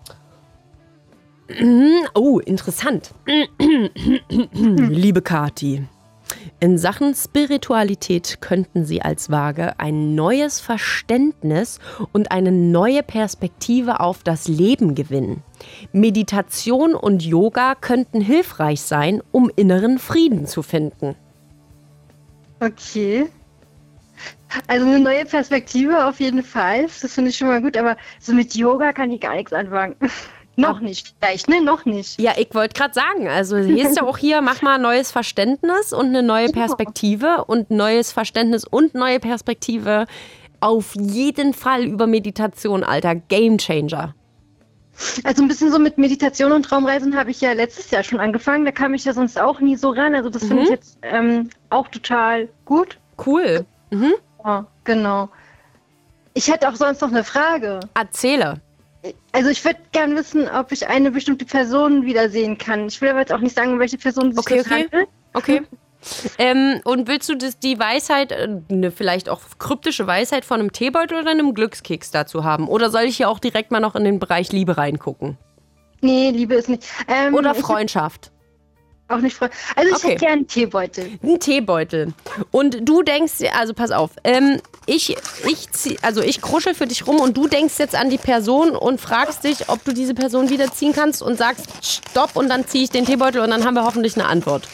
Oh, interessant. Liebe Kathi. In Sachen Spiritualität könnten Sie als Waage ein neues Verständnis und eine neue Perspektive auf das Leben gewinnen. Meditation und Yoga könnten hilfreich sein, um inneren Frieden zu finden. Okay. Also eine neue Perspektive auf jeden Fall. Das finde ich schon mal gut, aber so mit Yoga kann ich gar nichts anfangen. Noch nicht, vielleicht, ne? Noch nicht. Ja, ich wollte gerade sagen, also hier ist ja auch hier, mach mal ein neues Verständnis und eine neue Perspektive und neues Verständnis und neue Perspektive auf jeden Fall über Meditation, Alter. Game Changer. Also ein bisschen so mit Meditation und Traumreisen habe ich ja letztes Jahr schon angefangen. Da kam ich ja sonst auch nie so ran. Also das finde ich jetzt auch total gut. Cool. Ja, genau. Ich hätte auch sonst noch eine Frage. Erzähle. Also ich würde gerne wissen, ob ich eine bestimmte Person wiedersehen kann. Ich will aber jetzt auch nicht sagen, welche Person sich das handelt. Okay. Und willst du die Weisheit, eine vielleicht auch kryptische Weisheit von einem Teebeutel oder einem Glückskeks dazu haben? Oder soll ich hier auch direkt mal noch in den Bereich Liebe reingucken? Nee, Liebe ist nicht. Oder Freundschaft? Auch nicht Freundschaft. Also ich hätte gerne einen Teebeutel. Ein Teebeutel. Und du denkst, also pass auf, ich kruschel für dich rum und du denkst jetzt an die Person und fragst dich, ob du diese Person wiederziehen kannst und sagst Stopp und dann ziehe ich den Teebeutel und dann haben wir hoffentlich eine Antwort.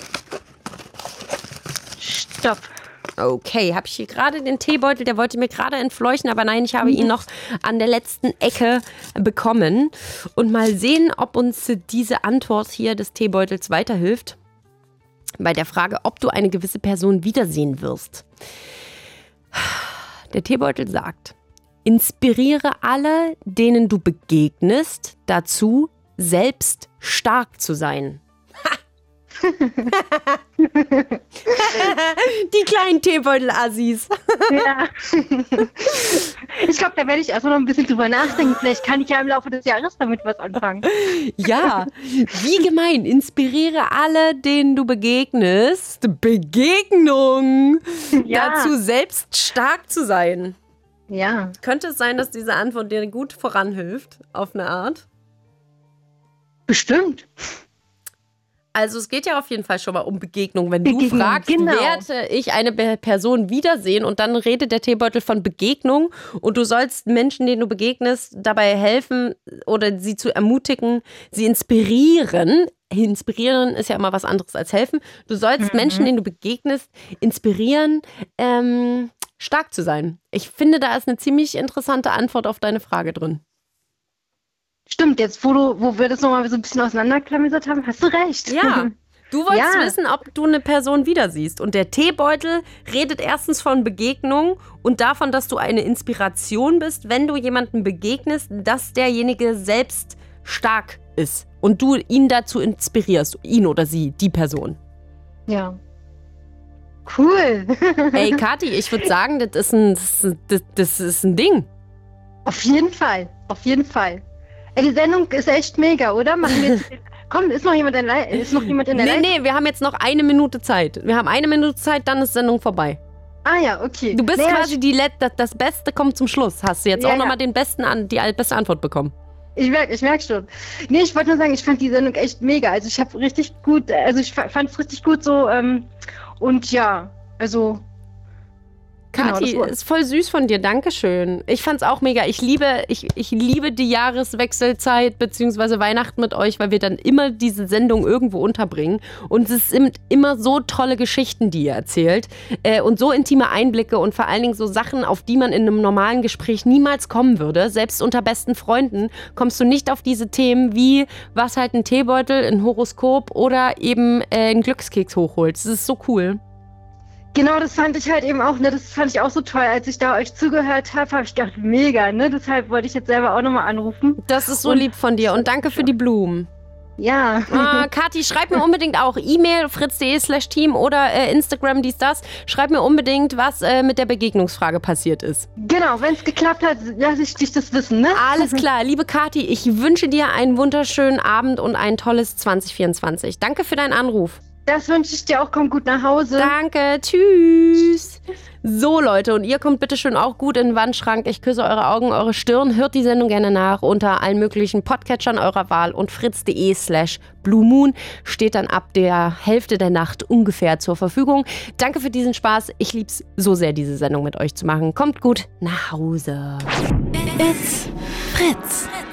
Stopp. Okay, habe ich hier gerade den Teebeutel, der wollte mir gerade entfleuchen, aber nein, ich habe ihn noch an der letzten Ecke bekommen. Und mal sehen, ob uns diese Antwort hier des Teebeutels weiterhilft. Bei der Frage, ob du eine gewisse Person wiedersehen wirst. Der Teebeutel sagt, inspiriere alle, denen du begegnest, dazu, selbst stark zu sein. Die kleinen Teebeutel-Assis. Ja. Ich glaube, da werde ich erstmal noch ein bisschen drüber nachdenken. Vielleicht kann ich ja im Laufe des Jahres damit was anfangen. Ja, wie gemein. Inspiriere alle, denen du begegnest. Begegnung. Ja. Dazu, selbst stark zu sein. Ja. Könnte es sein, dass diese Antwort dir gut voranhilft, auf eine Art? Bestimmt. Also es geht ja auf jeden Fall schon mal um Begegnung. Wenn du fragst, werde ich eine Person wiedersehen und dann redet der Teebeutel von Begegnung und du sollst Menschen, denen du begegnest, dabei helfen oder sie zu ermutigen, sie inspirieren. Inspirieren ist ja immer was anderes als helfen. Du sollst Menschen, denen du begegnest, inspirieren, stark zu sein. Ich finde, da ist eine ziemlich interessante Antwort auf deine Frage drin. Stimmt, jetzt wo wir das nochmal so ein bisschen auseinanderklamüsert haben, hast du recht. Ja, du wolltest wissen, ob du eine Person wieder siehst. Und der Teebeutel redet erstens von Begegnung und davon, dass du eine Inspiration bist, wenn du jemandem begegnest, dass derjenige selbst stark ist. Und du ihn dazu inspirierst, ihn oder sie, die Person. Ja. Cool. Ey, Kathi, ich würde sagen, das ist ein Ding. Auf jeden Fall, auf jeden Fall. Die Sendung ist echt mega, oder? Machen wir jetzt, komm, ist noch jemand in der Leitung? Nee, wir haben jetzt noch 1 Minute Zeit. Wir haben 1 Minute Zeit, dann ist Sendung vorbei. Ah ja, okay. Du bist quasi das Beste kommt zum Schluss. Hast du jetzt auch nochmal die beste Antwort bekommen? Ich merk schon. Nee, ich wollte nur sagen, ich fand die Sendung echt mega. Also ich habe richtig gut, ich fand es richtig gut so und ja, also Kathi, ist voll süß von dir, dankeschön. Ich fand's auch mega. Ich liebe die Jahreswechselzeit bzw. Weihnachten mit euch, weil wir dann immer diese Sendung irgendwo unterbringen. Und es sind immer so tolle Geschichten, die ihr erzählt. Und so intime Einblicke und vor allen Dingen so Sachen, auf die man in einem normalen Gespräch niemals kommen würde. Selbst unter besten Freunden kommst du nicht auf diese Themen wie, was halt ein Teebeutel, ein Horoskop oder eben ein Glückskeks hochholt. Das ist so cool. Genau, das fand ich halt eben auch, ne, das fand ich auch so toll. Als ich da euch zugehört habe ich gedacht, mega, ne, deshalb wollte ich jetzt selber auch nochmal anrufen. Das ist so lieb von dir und danke für die Blumen. Ja. Kathi, schreib mir unbedingt auch E-Mail, fritz.de/team oder Instagram, dies, das. Schreib mir unbedingt, was mit der Begegnungsfrage passiert ist. Genau, wenn es geklappt hat, lasse ich dich das wissen, ne? Alles klar, liebe Kathi, ich wünsche dir einen wunderschönen Abend und ein tolles 2024. Danke für deinen Anruf. Das wünsche ich dir auch. Komm gut nach Hause. Danke. Tschüss. So, Leute, und ihr kommt bitte schön auch gut in den Wandschrank. Ich küsse eure Augen, eure Stirn. Hört die Sendung gerne nach unter allen möglichen Podcatchern eurer Wahl und fritz.de/Blue Moon steht dann ab der Hälfte der Nacht ungefähr zur Verfügung. Danke für diesen Spaß. Ich lieb's so sehr, diese Sendung mit euch zu machen. Kommt gut nach Hause. It's Fritz.